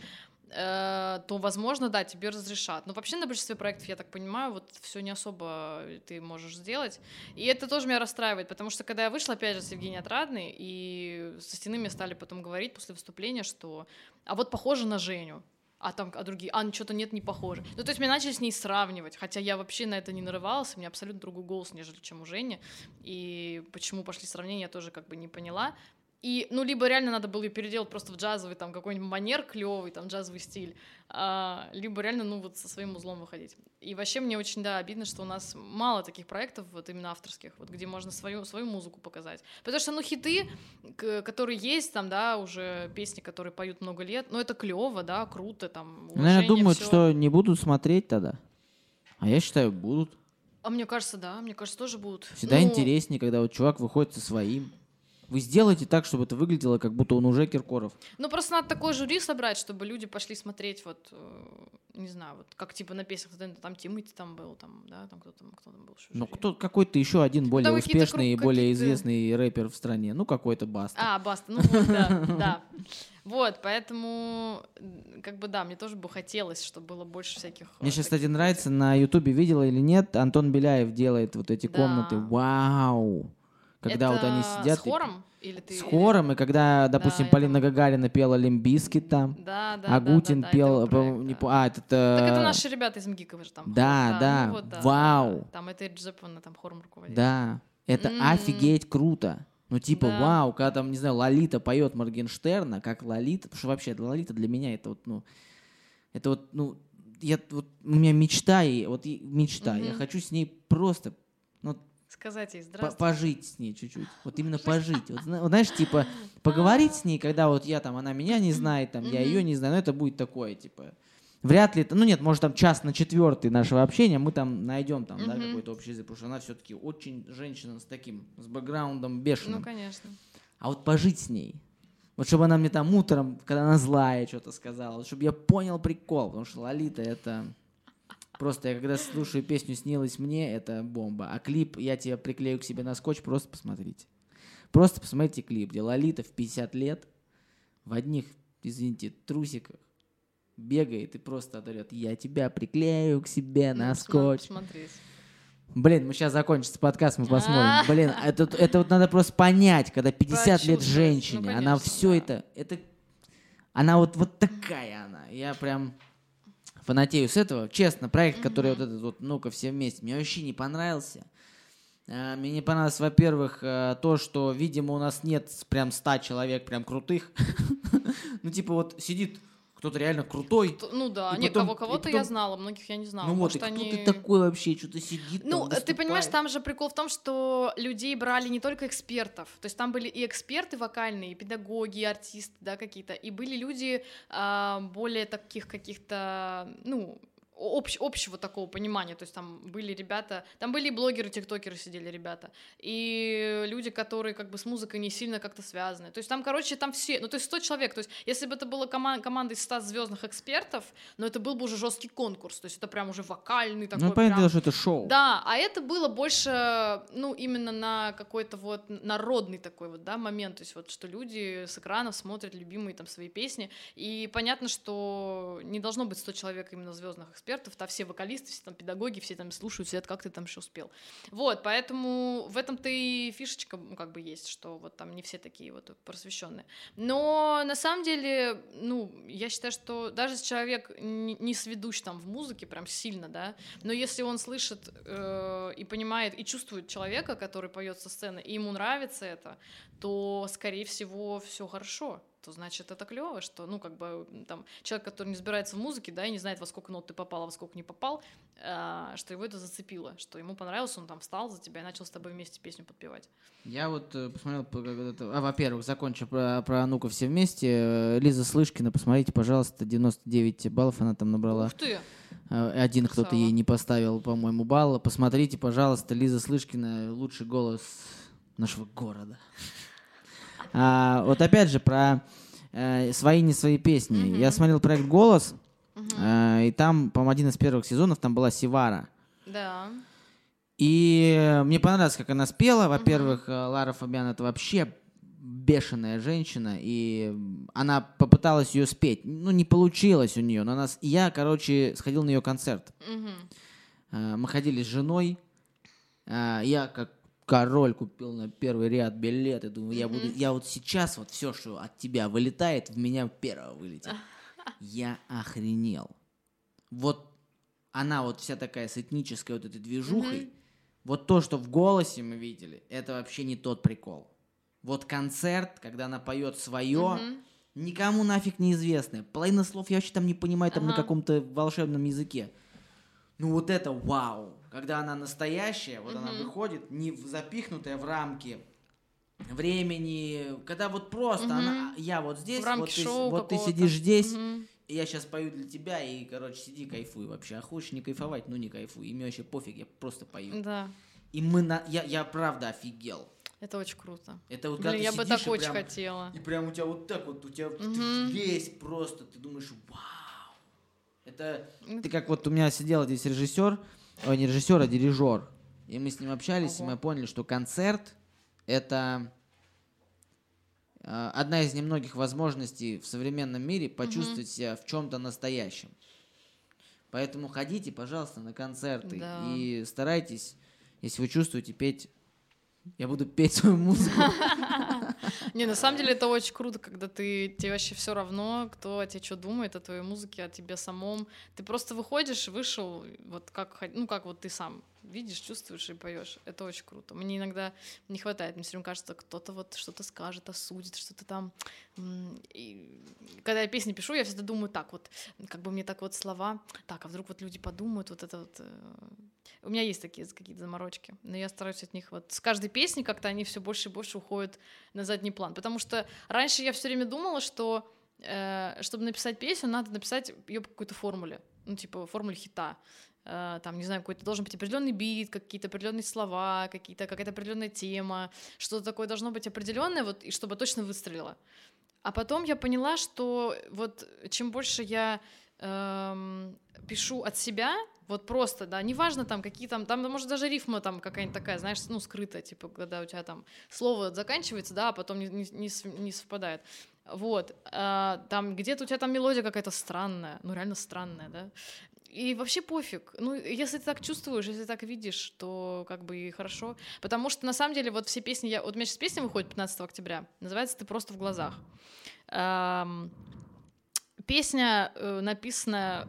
Speaker 1: то, возможно, да, тебе разрешат. Но вообще на большинстве проектов, я так понимаю, вот все не особо ты можешь сделать. И это тоже меня расстраивает, потому что когда я вышла, опять же, с Евгенией Отрадной, и со стены мне стали потом говорить после выступления, что «а вот похоже на Женю». А другие, что-то нет, не похоже. Ну, то есть меня начали с ней сравнивать, хотя я вообще на это не нарывалась, у меня абсолютно другой голос, нежели чем у Жени, и почему пошли сравнения, я тоже как бы не поняла. И, ну, либо реально надо было ее переделать просто в джазовый, там, какой-нибудь манер клевый, там, джазовый стиль, либо реально, ну, вот со своим узлом выходить. И вообще мне очень, да, обидно, что у нас мало таких проектов, вот именно авторских, вот, где можно свою музыку показать. Потому что, ну, хиты, которые есть, там, да, уже песни, которые поют много лет, ну, это клево, да, круто, там,
Speaker 2: наверное, думают,
Speaker 1: всё.
Speaker 2: что не будут смотреть тогда. А я считаю, будут.
Speaker 1: А мне кажется, да, мне кажется, тоже будут.
Speaker 2: Всегда интереснее, когда вот чувак выходит со своим. Вы сделайте так, чтобы это выглядело, как будто он уже Киркоров.
Speaker 1: Ну, просто надо такое жюри собрать, чтобы люди пошли смотреть, вот, не знаю, вот, как, типа, на песнях, там Тимати там был, там, да, там кто там был.
Speaker 2: Ну, какой-то еще один более
Speaker 1: там
Speaker 2: успешный и более известный рэпер в стране. Ну, какой-то Баста.
Speaker 1: Баста, ну, вот, да. Вот, поэтому, как бы, да, мне тоже бы хотелось, чтобы было больше всяких...
Speaker 2: Мне сейчас, кстати, нравится, на Ютубе видела или нет, Антон Беляев делает вот эти комнаты. Вау! Когда
Speaker 1: это
Speaker 2: вот они сидят...
Speaker 1: с хором? Или ты...
Speaker 2: С хором, и когда, допустим, Полина Гагарина пела «Лимп Бизкит» там, Агутин пел...
Speaker 1: Так это наши ребята из МГИКа же там.
Speaker 2: Да,
Speaker 1: ну, вот,
Speaker 2: вау!
Speaker 1: Там это Джозефовна там хором руководит.
Speaker 2: Да, это офигеть круто. Ну, типа, вау, когда там, не знаю, Лолита поет Моргенштерна, как Лолита, потому что вообще Лолита для меня это вот, у меня мечта, мечта. Я хочу с ней просто
Speaker 1: сказать ей здравствуйте.
Speaker 2: Пожить с ней чуть-чуть. Вот именно пожить. Вот, знаешь, типа, поговорить с ней, когда вот она меня не знает, там, я ее не знаю, но это будет такое, типа, вряд ли, нет, может, там час на 4 нашего общения мы там найдем там, да, какой-то общий язык, потому что она все-таки очень женщина с бэкграундом бешеным.
Speaker 1: Ну, конечно.
Speaker 2: А вот пожить с ней, вот чтобы она мне там утром, когда она злая, что-то сказала, вот чтобы я понял прикол, потому что Лолита — это... Просто я когда слушаю песню «Снилось мне», это бомба. А клип я тебя приклею к себе на скотч, просто посмотрите. Просто посмотрите клип, где Лолита в 50 лет в одних, извините, трусиках бегает и просто орёт: «Я тебя приклею к себе на скотч».
Speaker 1: Посмотреть.
Speaker 2: Блин, мы сейчас закончится подкаст, мы посмотрим. Блин, это вот надо просто понять, когда 50 лет женщине, она все это... Она вот такая она. Я прям... фанатею с этого. Честно, проект, который вот этот вот «Ну-ка, все вместе», мне вообще не понравился. Мне не понравилось, во-первых, то, что, видимо, у нас нет прям 100 человек прям крутых. Ну, типа вот сидит кто-то реально крутой.
Speaker 1: Ну да, кого-то я знала, многих я не знала.
Speaker 2: Ну вот, и кто ты такой вообще, что-то сидит там,
Speaker 1: Ну, ты понимаешь, там же прикол в том, что людей брали не только экспертов, то есть там были и эксперты вокальные, и педагоги, и артисты, да, какие-то, и были люди более таких каких-то, ну, общего такого понимания, то есть там были ребята, там были и блогеры, тиктокеры сидели ребята, и люди, которые как бы с музыкой не сильно как-то связаны, то есть там, короче, там все, ну то есть 100 человек, то есть если бы это была команда из 100 звездных экспертов, но это был бы уже жесткий конкурс, то есть это прям уже вокальный такой.
Speaker 2: Ну, понятно, что это шоу.
Speaker 1: Да, а это было больше, ну, именно на какой-то вот народный такой вот, да, момент, то есть вот, что люди с экранов смотрят любимые там свои песни, и понятно, что не должно быть 100 человек именно звездных экспертов, там все вокалисты, все там педагоги, все там слушают, сидят, как ты там еще успел. Вот, поэтому в этом-то и фишечка, ну, как бы есть, что вот там не все такие вот просвещенные. Но на самом деле, ну, я считаю, что даже если человек не сведущ там в музыке прям сильно, да, но если он слышит и понимает, и чувствует человека, который поет со сцены, и ему нравится это, то, скорее всего, все хорошо. То значит, это клево, что, ну, как бы, там, человек, который не разбирается в музыке, да, и не знает, во сколько нот ты попал, а во сколько не попал, что его это зацепило, что ему понравилось, он там встал за тебя и начал с тобой вместе песню подпевать.
Speaker 2: Я вот посмотрел, во-первых, закончу про «Ну-ка, все вместе». Лиза Слышкина, посмотрите, пожалуйста, 99 баллов она там набрала.
Speaker 1: Ух ты!
Speaker 2: Один кто-то ей не поставил, по-моему, балл. Посмотрите, пожалуйста, Лиза Слышкина, лучший голос нашего города. Вот опять же про свои не свои песни. Я смотрел проект «Голос», и там, по-моему, один из первых сезонов там была Севара.
Speaker 1: Да.
Speaker 2: И мне понравилось, как она спела. Во-первых, Лара Фабиан — это вообще бешеная женщина, и она попыталась ее спеть. Ну, не получилось у нее. Но я, короче, сходил на ее концерт. Мы ходили с женой. Я как король купил на первый ряд билеты. Думаю, я вот сейчас вот все, что от тебя вылетает, в меня первого вылетит. Я охренел. Вот она вот вся такая с этнической вот этой движухой. Вот то, что в «Голосе» мы видели, это вообще не тот прикол. Вот концерт, когда она поет свое, никому нафиг неизвестное. Половина слов я вообще там не понимаю, там на каком-то волшебном языке. Ну вот это вау. Когда она настоящая, вот она выходит, не запихнутая в рамки времени, когда вот просто я вот здесь, вот ты сидишь здесь, и я сейчас пою для тебя, и, короче, сиди, кайфуй вообще. А хочешь не кайфовать, ну не кайфуй. И мне вообще пофиг, я просто пою.
Speaker 1: Да.
Speaker 2: И я правда офигел.
Speaker 1: Это очень круто.
Speaker 2: Это вот,
Speaker 1: блин, я бы так очень хотела.
Speaker 2: И прям у тебя вот так вот, ты весь просто, ты думаешь, вау. Это ты как вот у меня сидел здесь режиссер, не режиссер, а дирижер. И мы с ним общались, и мы поняли, что концерт — это одна из немногих возможностей в современном мире почувствовать себя в чем-то настоящем. Поэтому ходите, пожалуйста, на концерты и старайтесь, если вы чувствуете, петь. Я буду петь свою музыку.
Speaker 1: Не, на самом деле это очень круто, когда тебе вообще все равно, кто о тебе что думает, о твоей музыке, о тебе самом. Ты просто выходишь, вышел, вот как вот ты сам видишь, чувствуешь и поешь. Это очень круто. Мне иногда не хватает, мне все время кажется, кто-то вот что-то скажет, осудит, что-то там когда я песни пишу, я всегда думаю так вот, как бы мне так вот слова, так, а вдруг вот люди подумают, вот это вот... У меня есть такие какие-то заморочки, но я стараюсь от них вот... С каждой песней как-то они все больше и больше уходят на задний план, потому что раньше я все время думала, что чтобы написать песню, надо написать ее по какой-то формуле, ну, типа формуле хита. Там, не знаю, какой-то должен быть определенный бит, какие-то определенные слова, какая-то определенная тема, что-то такое должно быть определенное, вот, и чтобы точно выстрелило. А потом я поняла, что вот чем больше я пишу от себя, вот просто, да, неважно там какие там может даже рифма там какая-нибудь такая, знаешь, ну, скрытая, типа, когда у тебя там слово заканчивается, да, а потом не совпадает. Вот, там где-то у тебя там мелодия какая-то странная, ну, реально странная, да, и вообще пофиг, ну, если ты так чувствуешь, если ты так видишь, то как бы и хорошо, потому что на самом деле вот все песни, вот у меня сейчас песня выходит 15 октября, называется «Ты просто в глазах». Песня написана,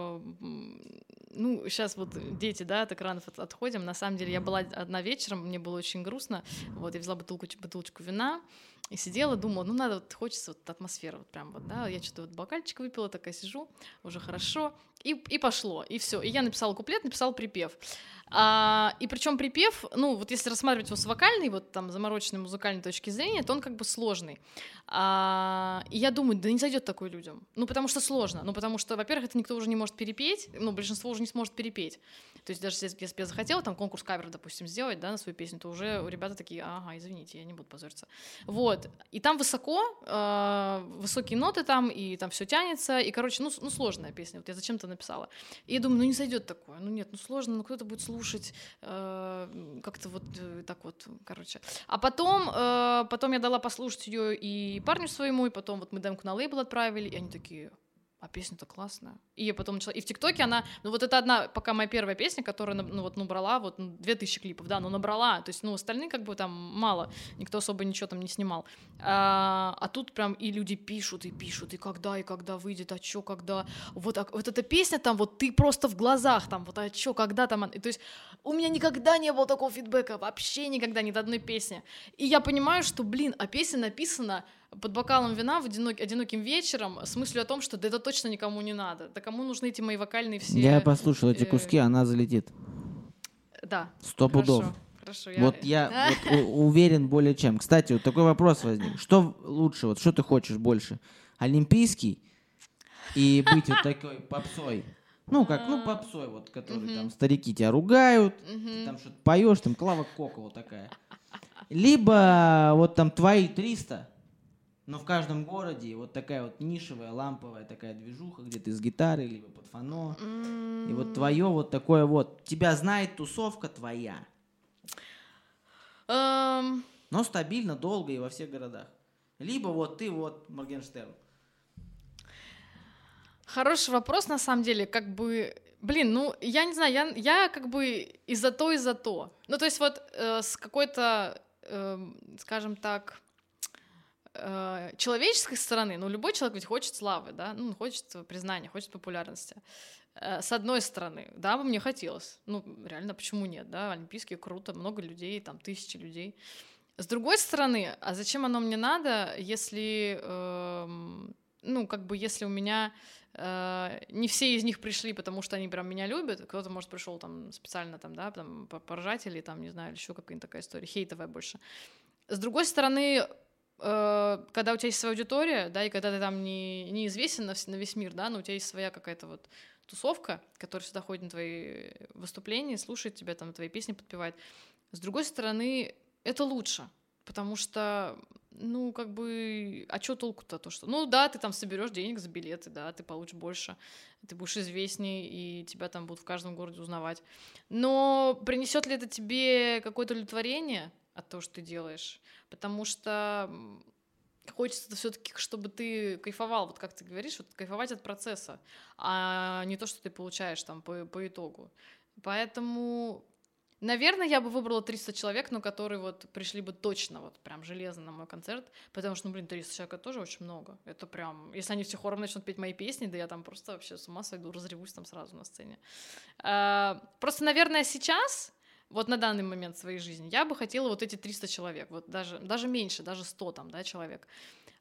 Speaker 1: ну, сейчас вот дети, да, от экранов отходим, на самом деле я была одна вечером, мне было очень грустно, вот, я взяла бутылочку вина и сидела, думала, ну, надо, вот, хочется вот атмосферу, вот прям вот, да, я что-то вот бокальчик выпила, такая сижу, уже хорошо, и пошло, и все, и я написала куплет, написала припев. И причем припев, ну, вот если рассматривать его с вокальной, вот там замороченной музыкальной точки зрения, то он как бы сложный. И я думаю, да не зайдет такой людям. Ну, потому что сложно. Ну, потому что, во-первых, это никто уже не может перепеть, ну, большинство уже не сможет перепеть. То есть даже если я бы захотела там конкурс каверов, допустим, сделать, да, на свою песню, то уже ребята такие, ага, извините, я не буду позориться. Вот. И там высоко, высокие ноты там, и там все тянется, и, короче, ну сложная песня. Вот я зачем-то написала. И я думаю, ну не зайдет такое. Ну нет, ну сложно, ну кто-то будет слушать как-то вот так вот, короче. А потом я дала послушать ее и парню своему, и потом вот мы демку на лейбл отправили, и они такие... А песня-то классная. И я потом начала... И в ТикТоке она... Ну, вот это одна, пока моя первая песня, которая, ну, вот, набрала вот 2000 клипов, да, но набрала. То есть, ну, остальные как бы там мало. Никто особо ничего там не снимал. А тут прям и люди пишут, и когда выйдет, а чё, когда... Вот эта песня там, вот ты просто в глазах там, вот а чё, когда там... И, то есть у меня никогда не было такого фидбэка, вообще никогда, ни до одной песни. И я понимаю, что, блин, а песня написана под бокалом вина в одиноким вечером с мыслью о том, что да это точно никому не надо. Да кому нужны эти мои вокальные все...
Speaker 2: Я послушал эти куски, она залетит.
Speaker 1: Да.
Speaker 2: 100 пудов.
Speaker 1: Хорошо.
Speaker 2: Вот я уверен более чем. Кстати, вот такой вопрос возник. Что лучше, вот что ты хочешь больше? Олимпийский и быть вот такой попсой? Ну, как, попсой, вот, который там старики тебя ругают, ты там что-то поешь, там Клава Кока вот такая. Либо вот там твои 300, но в каждом городе вот такая вот нишевая, ламповая такая движуха, где ты с гитарой, либо под фано. И вот твое вот такое вот. Тебя знает тусовка твоя. Но стабильно, долго и во всех городах. Либо вот ты вот Моргенштерн.
Speaker 1: Хороший вопрос, на самом деле, как бы... Блин, ну, я не знаю, я как бы и за то, и за то. Ну, то есть вот с какой-то, скажем так... человеческой стороны, ну, любой человек ведь хочет славы, да, ну, хочет признания, хочет популярности. С одной стороны, да, бы мне хотелось, ну, реально, почему нет, да, олимпийские круто, много людей, там, 1000 людей. С другой стороны, а зачем оно мне надо, если, ну, как бы, если у меня не все из них пришли, потому что они прям меня любят, кто-то, может, пришел там специально, там, да, там, поржать или, там, не знаю, еще какая-нибудь такая история, хейтовая больше. С другой стороны, когда у тебя есть своя аудитория, да, и когда ты там не известен на весь мир, да, но у тебя есть своя какая-то вот тусовка, которая сюда ходит на твои выступления, слушает тебя, там, твои песни подпевает. С другой стороны, это лучше, потому что, ну, как бы, а что толку-то, то, что, ну, да, ты там соберешь денег за билеты, да, ты получишь больше, ты будешь известней, и тебя там будут в каждом городе узнавать. Но принесет ли это тебе какое-то удовлетворение от того, что ты делаешь? Потому что хочется все-таки, чтобы ты кайфовал, вот как ты говоришь, вот кайфовать от процесса, а не то, что ты получаешь там по итогу. Поэтому, наверное, я бы выбрала 300 человек, но которые вот пришли бы точно вот прям железно на мой концерт, потому что, ну, блин, 300 человек — это тоже очень много. Это прям, если они все хором начнут петь мои песни, да я там просто вообще с ума сойду, разревусь там сразу на сцене. Просто, наверное, сейчас... Вот на данный момент своей жизни я бы хотела вот эти 300 человек, вот даже меньше, даже 100 там, да, человек.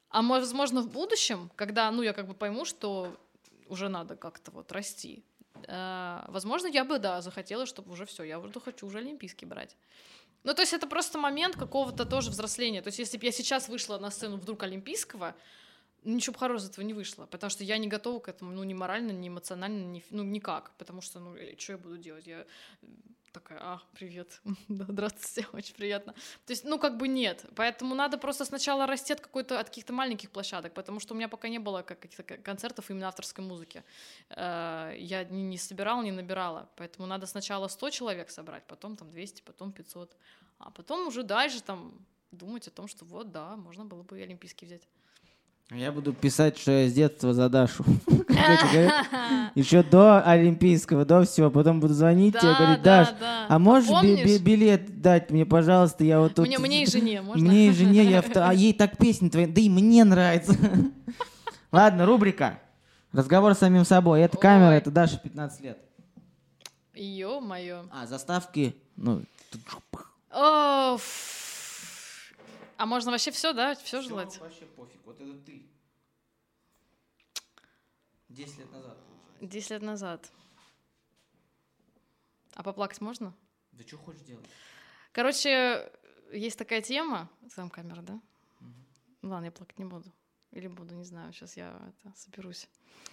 Speaker 1: А возможно, в будущем, когда, ну, я как бы пойму, что уже надо как-то вот расти, возможно, я бы, да, захотела, чтобы уже все, я уже хочу уже олимпийский брать. Ну, то есть это просто момент какого-то тоже взросления. То есть если бы я сейчас вышла на сцену вдруг олимпийского, ничего бы хорошего из этого не вышло, потому что я не готова к этому, ну, ни морально, ни эмоционально, ну, никак, потому что, ну, что я буду делать? Я такая, привет, да, здравствуйте, очень приятно. То есть, ну, как бы нет, поэтому надо просто сначала расти от каких-то маленьких площадок, потому что у меня пока не было каких-то концертов именно авторской музыки. Я не собирала, не набирала, поэтому надо сначала 100 человек собрать, потом там 200, потом 500, а потом уже дальше там думать о том, что вот, да, можно было бы и олимпийский взять.
Speaker 2: Я буду писать, что я с детства за Дашу. Еще до олимпийского, до всего. Потом буду звонить тебе, говорить: Даш, а можешь билет дать мне, пожалуйста? Я вот тут...
Speaker 1: Мне и жене можно?
Speaker 2: Мне и жене, а ей так песни твои, да и мне нравится. Ладно, рубрика. Разговор с самим собой. Это камера, это Даша, 15 лет.
Speaker 1: Ё-моё.
Speaker 2: Заставки, ну...
Speaker 1: А можно вообще все, да? Все желать?
Speaker 2: Вообще пофиг. Вот это ты. 10 лет назад.
Speaker 1: 10 лет назад. А поплакать можно?
Speaker 2: Да что хочешь делать?
Speaker 1: Короче, есть такая тема. Сам камера, да? Угу. Ладно, я плакать не буду. Или буду, не знаю. Сейчас я соберусь.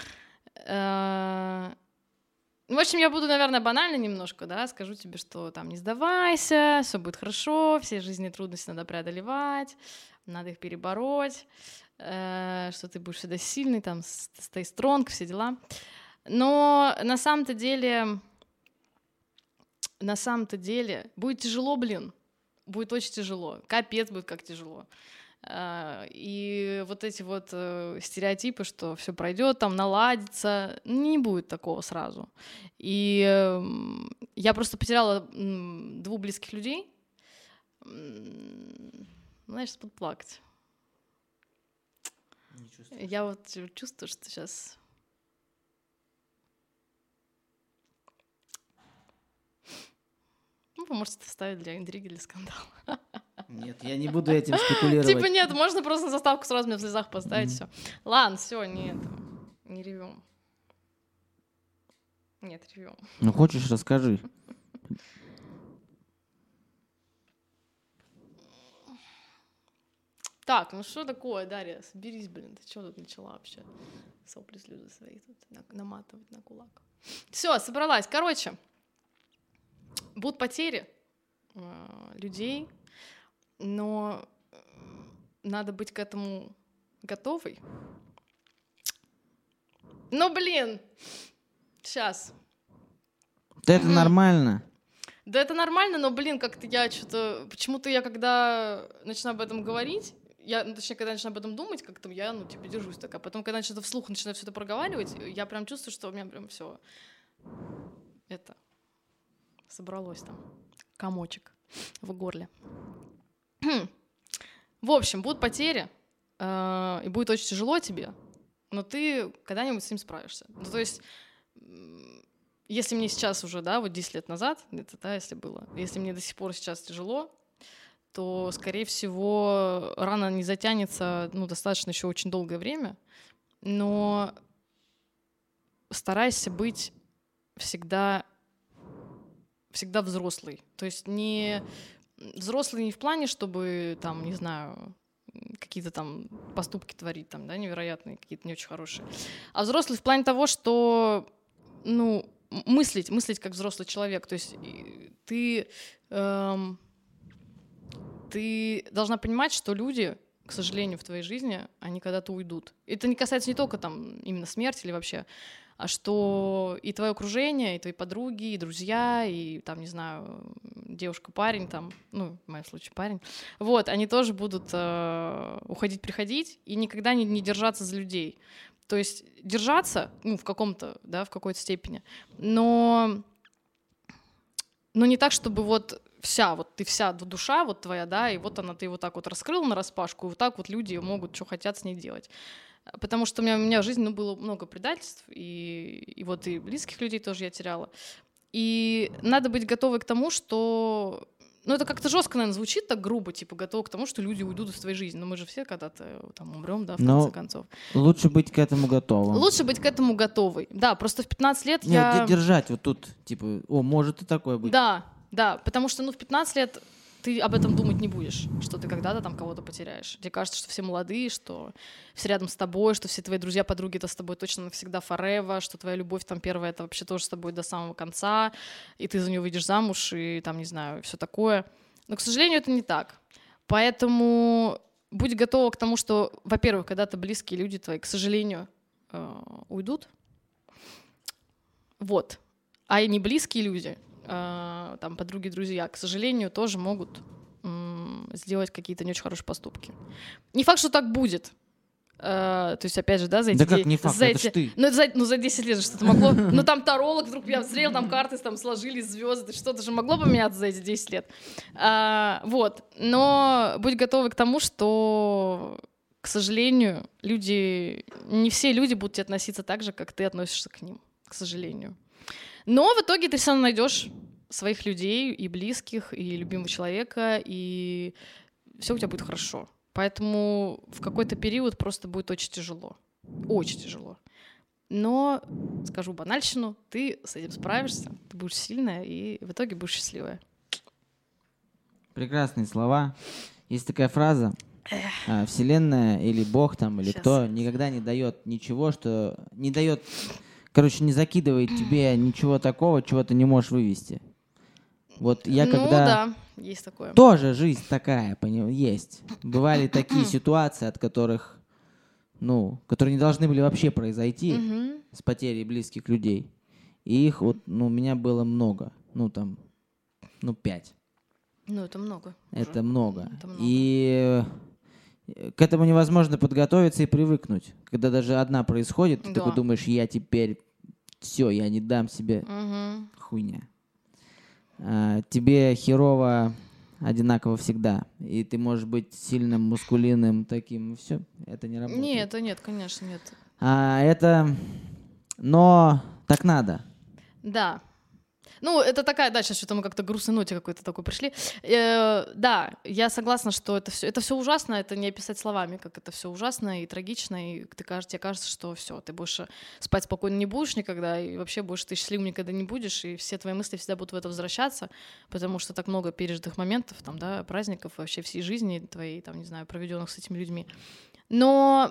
Speaker 1: В общем, я буду, наверное, банально немножко, да, скажу тебе, что там не сдавайся, все будет хорошо, все жизненные трудности надо преодолевать, надо их перебороть, что ты будешь всегда сильный, там, stay strong, все дела. Но на самом-то деле будет тяжело, будет очень тяжело, капец будет как тяжело. И вот эти вот стереотипы, что все пройдет, там наладится, не будет такого сразу. И я просто потеряла 2 близких людей. Знаешь, буду плакать. Я вот чувствую, что сейчас... Ну, вы можете вставить для интриги, для скандала.
Speaker 2: Нет, я не буду этим спекулировать.
Speaker 1: Типа нет, можно просто на заставку сразу мне в слезах поставить, все. Ладно, все, не ревем. Нет, ревем.
Speaker 2: Ну, хочешь, расскажи.
Speaker 1: Так, ну что такое, Дарья? Соберись, блин, ты что тут начала вообще? Сопли, слезы свои тут наматывать на кулак. Все, собралась. Короче, будут потери людей, но надо быть к этому готовой. Ну, блин, сейчас.
Speaker 2: Да это нормально.
Speaker 1: Да это нормально, но, блин, как-то я что-то... Почему-то я, когда начинаю об этом говорить, точнее, когда начинаю об этом думать, как-то я, держусь так. А потом, когда начинаю вслух начинаю все это проговаривать, я прям чувствую, что у меня прям все это собралось там. Комочек в горле. В общем, будут потери, и будет очень тяжело тебе, но ты когда-нибудь с ним справишься. Ну, то есть, если мне сейчас уже, да, вот 10 лет назад, это, да, если мне до сих пор сейчас тяжело, то, скорее всего, рана не затянется, достаточно еще очень долгое время, но старайся быть всегда взрослый. То есть не взрослый не в плане, чтобы, там, не знаю, какие-то там поступки творить, там, да, невероятные, какие-то не очень хорошие, а взрослый в плане того, что, мыслить как взрослый человек. То есть ты должна понимать, что люди, к сожалению, в твоей жизни, они когда-то уйдут. Это не касается не только там именно смерти или вообще, а что и твое окружение, и твои подруги, и друзья, и там, не знаю, девушка, парень, там, в моем случае парень, вот, они тоже будут уходить, приходить, и никогда не держаться за людей. То есть держаться, в каком-то, да, в какой-то степени, но не так, чтобы ты вся душа вот твоя, да, и вот она, ты вот так вот раскрыл нараспашку, и вот так вот люди могут, что хотят с ней делать. Потому что у меня в жизни было много предательств, и близких людей тоже я теряла. И надо быть готовой к тому, что, Ну, это как-то жестко, наверное, звучит так грубо, типа, готов к тому, что люди уйдут из твоей жизни. Но мы же все когда-то там умрем, да, в конце концов.
Speaker 2: Лучше быть к этому готовым.
Speaker 1: Лучше быть к этому готовой. Да, просто в 15 лет
Speaker 2: держать вот тут, типа, может и такое быть.
Speaker 1: Да, потому что, в 15 лет ты об этом думать не будешь, что ты когда-то там кого-то потеряешь. Тебе кажется, что все молодые, что все рядом с тобой, что все твои друзья, подруги — это с тобой точно навсегда forever, что твоя любовь там первая — это вообще тоже с тобой до самого конца, и ты за нее выйдешь замуж, и там, не знаю, все такое. Но, к сожалению, это не так. Поэтому будь готова к тому, что, во-первых, когда-то близкие люди твои, к сожалению, уйдут. Вот. А и не близкие люди, там, подруги, друзья, к сожалению, тоже могут сделать какие-то не очень хорошие поступки. Не факт, что так будет. То есть, опять же, да, за эти...
Speaker 2: Да как не факт, это ж ты.
Speaker 1: За 10 лет же что-то могло... Ну, там таролог вдруг я взрел, там карты там сложились, звезды, что-то же могло поменяться за эти 10 лет. Вот. Но будь готовы к тому, что, к сожалению, не все люди будут тебе относиться так же, как ты относишься к ним, к сожалению. Но в итоге ты все равно найдешь своих людей и близких, и любимого человека, и все у тебя будет хорошо. Поэтому в какой-то период просто будет очень тяжело. Очень тяжело. Но, скажу банальщину, ты с этим справишься, ты будешь сильная, и в итоге будешь счастливая.
Speaker 2: Прекрасные слова. Есть такая фраза: Вселенная или Бог там, или кто никогда не дает ничего, что... Не дает... Короче, не закидывает тебе ничего такого, чего ты не можешь вывести. Вот я когда...
Speaker 1: да, есть такое.
Speaker 2: Тоже жизнь такая, есть. Бывали такие ситуации, от которых, которые не должны были вообще произойти с потерей близких людей. И их вот, у меня было много. 5.
Speaker 1: Это много.
Speaker 2: Это много. И к этому невозможно подготовиться и привыкнуть. Когда даже одна происходит, ты такой думаешь, я теперь все, я не дам себе хуйня. Тебе херово одинаково всегда. И ты можешь быть сильным, мускулинным таким. Все, это не работает.
Speaker 1: Нет, конечно, нет.
Speaker 2: Но так надо.
Speaker 1: Да. Это такая, сейчас что-то мы как-то грустной ноте какой-то такой пришли. Да, я согласна, что это все ужасно, это не описать словами, как это все ужасно и трагично, и тебе кажется, что все, ты больше спать спокойно не будешь никогда, и вообще больше ты счастливым никогда не будешь, и все твои мысли всегда будут в это возвращаться, потому что так много пережитых моментов, там, да, праздников, вообще всей жизни твоей, там, не знаю, проведенных с этими людьми. Но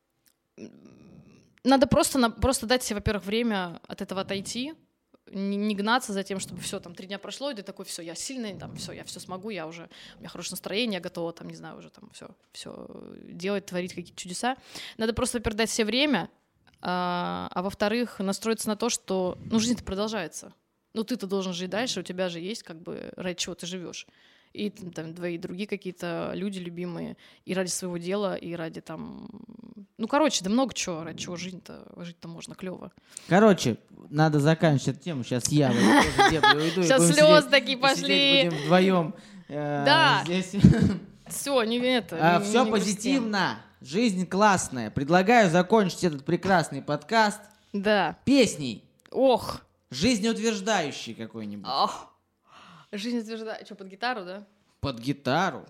Speaker 1: надо просто дать себе, во-первых, время от этого отойти, не гнаться за тем, чтобы все, там 3 дня прошло, и ты такой, все, я сильный, там, все, я все смогу, у меня хорошее настроение, я готова, там, не знаю, уже там все делать, творить какие-то чудеса. Надо просто, во-первых, дать себе время, а во-вторых, настроиться на то, что, жизнь-то продолжается. Ты-то должен жить дальше, у тебя же есть, как бы, ради чего ты живешь. И там твои другие какие-то люди любимые, и ради своего дела, и ради там... да много чего, ради чего жить-то можно клево.
Speaker 2: Надо заканчивать эту тему. Сейчас я уйду.
Speaker 1: Сейчас слезы такие пошли.
Speaker 2: Будем вдвоем.
Speaker 1: Да.
Speaker 2: Здесь.
Speaker 1: Все, не это.
Speaker 2: Все позитивно. Жизнь классная. Предлагаю закончить этот прекрасный подкаст.
Speaker 1: Да.
Speaker 2: Песней.
Speaker 1: Ох.
Speaker 2: Жизнеутверждающей какой-нибудь.
Speaker 1: Жизнеутверждающая. Что, под гитару, да?
Speaker 2: Под гитару.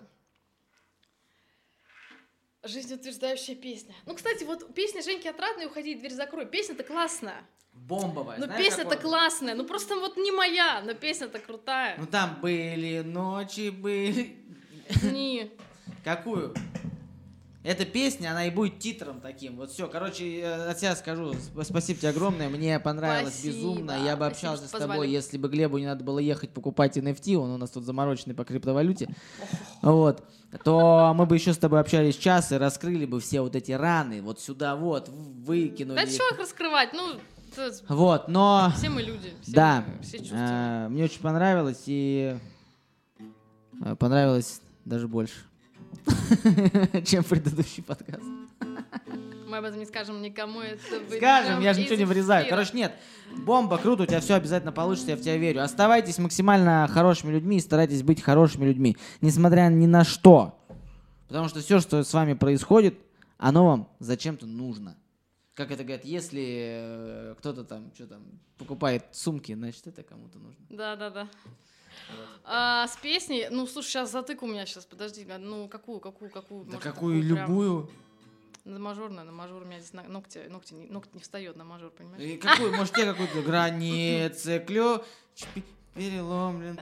Speaker 1: Жизнеутверждающая песня. Кстати, вот песня Женьки Отрадной «Уходи, дверь закрой». Песня-то классная.
Speaker 2: Бомбовая.
Speaker 1: Песня-то классная. Просто вот не моя, но песня-то крутая.
Speaker 2: Там были ночи, были...
Speaker 1: Не.
Speaker 2: Какую? Эта песня, она и будет титром таким. Вот все, от себя скажу, спасибо тебе огромное, мне понравилось безумно. Я бы общался с тобой, если бы Глебу не надо было ехать покупать NFT, он у нас тут замороченный по криптовалюте, то мы бы еще с тобой общались час и раскрыли бы все вот эти раны, вот сюда вот, выкинули.
Speaker 1: Да чего их раскрывать,
Speaker 2: но...
Speaker 1: Все мы люди, все чувствуем.
Speaker 2: Мне очень понравилось, и понравилось даже больше. Чем предыдущий подкаст.
Speaker 1: Мы об этом не скажем никому.
Speaker 2: Скажем, я же ничего не вырезаю. Нет, бомба, круто, у тебя все обязательно получится, я в тебя верю. Оставайтесь максимально хорошими людьми и старайтесь быть хорошими людьми, несмотря ни на что. Потому что все, что с вами происходит, оно вам зачем-то нужно. Как это говорят, если кто-то там покупает сумки, значит, это кому-то нужно.
Speaker 1: Да. С песней, ну, слушай, сейчас затык у меня сейчас, подожди, ну, какую?
Speaker 2: Да
Speaker 1: Может,
Speaker 2: какую
Speaker 1: такую прям-
Speaker 2: любую.
Speaker 1: На мажор у меня здесь ногти не встает на мажор, понимаешь?
Speaker 2: И какую, может, тебе какую-то границы, ключ переломлен.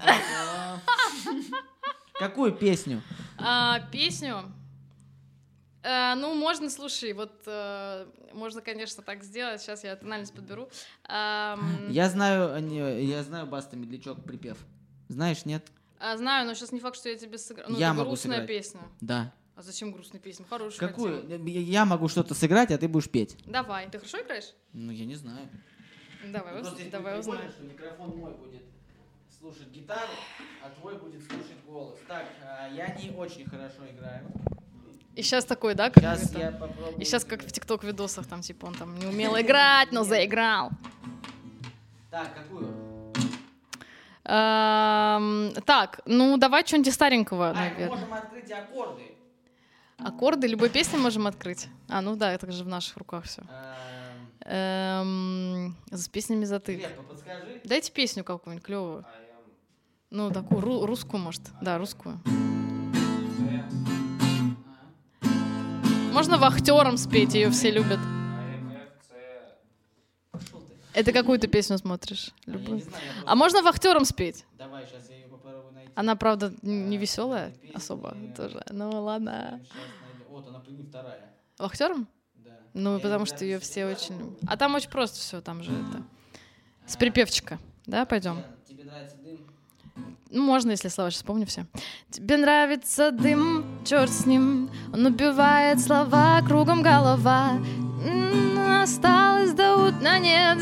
Speaker 2: Какую песню?
Speaker 1: Песню? Ну, можно, слушай, вот можно, конечно, так сделать. Сейчас я тональность подберу.
Speaker 2: Я знаю Баста Медлячок припев. Знаешь, нет?
Speaker 1: Знаю, но сейчас не факт, что я тебе сыграю. Ну,
Speaker 2: Я
Speaker 1: это
Speaker 2: могу
Speaker 1: грустная
Speaker 2: сыграть.
Speaker 1: песня.
Speaker 2: Да.
Speaker 1: А зачем грустная песня? Хорошая тема.
Speaker 2: Какую? Я могу что-то сыграть, а ты будешь петь.
Speaker 1: Давай. Ты хорошо играешь?
Speaker 2: Ну, я не знаю.
Speaker 1: Давай узнаем.
Speaker 2: Что микрофон мой будет слушать гитару, а твой будет слушать голос. Так, я не очень хорошо играю.
Speaker 1: И сейчас такой, да? Как
Speaker 2: Сейчас
Speaker 1: это?
Speaker 2: я попробую.
Speaker 1: И сейчас как в ТикТок-видосах, там, типа, он там не умел играть, но заиграл.
Speaker 2: Так, какую?
Speaker 1: Так, ну давай что-нибудь старенького, наверное.
Speaker 2: Можем открыть аккорды.
Speaker 1: Аккорды любой песни можем открыть. Ну да, это же в наших руках все. С песнями затык.
Speaker 2: Глеб, подскажи.
Speaker 1: Дайте песню какую-нибудь клевую. Ну, такую, русскую, может. Да, русскую. Можно вахтером спеть, ее все любят. Это какую ты песню смотришь? Любую. А можно вахтером спеть?
Speaker 2: Давай, сейчас я ее попробую найти.
Speaker 1: Она, правда, не веселая особо тоже. Ну ладно.
Speaker 2: Вот она, прикинь, вторая.
Speaker 1: Вахтером?
Speaker 2: Да.
Speaker 1: Ну, потому что ее все очень любят. А там очень просто все, там же это. С припевчика. Да, пойдем.
Speaker 2: Тебе нравится дым?
Speaker 1: Ну, можно, если слова сейчас помню все. Тебе нравится дым, черт с ним. Он убивает слова, кругом голова. Осталось до утра, нет.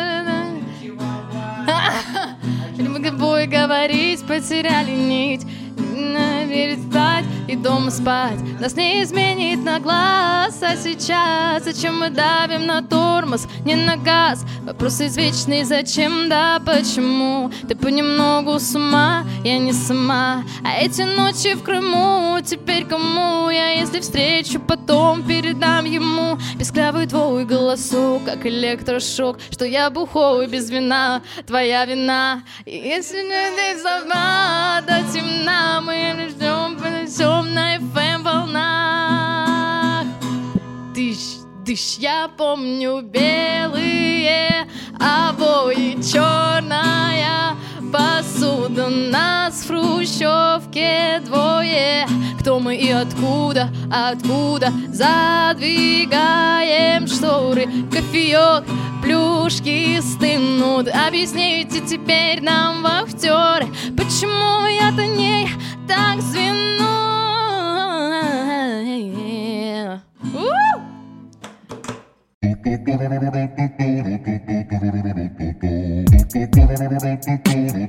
Speaker 1: Бой говорить, потеряли нить. Верить спать и дома спать нас не изменит на глаз. А сейчас зачем мы давим на тормоз, не на газ? Вопрос извечный, зачем, да почему? Ты понемногу с ума, я не сама. А эти ночи в Крыму теперь кому я, если встречу, потом передам ему песклявый твой голосок, как электрошок, что я бухой без вина, твоя вина. И если не сама до темна, мы ждем, понесем на FM волнах. Дыш, дыш, я помню белые обои, черная посуда, нас в хрущевке двое. Кто мы и откуда, откуда задвигаем шторы, кофеек, плюшки стынут. Объясните теперь нам, вахтеры, почему я-то не так звену.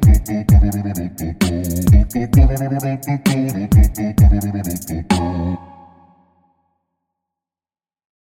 Speaker 4: Thank you.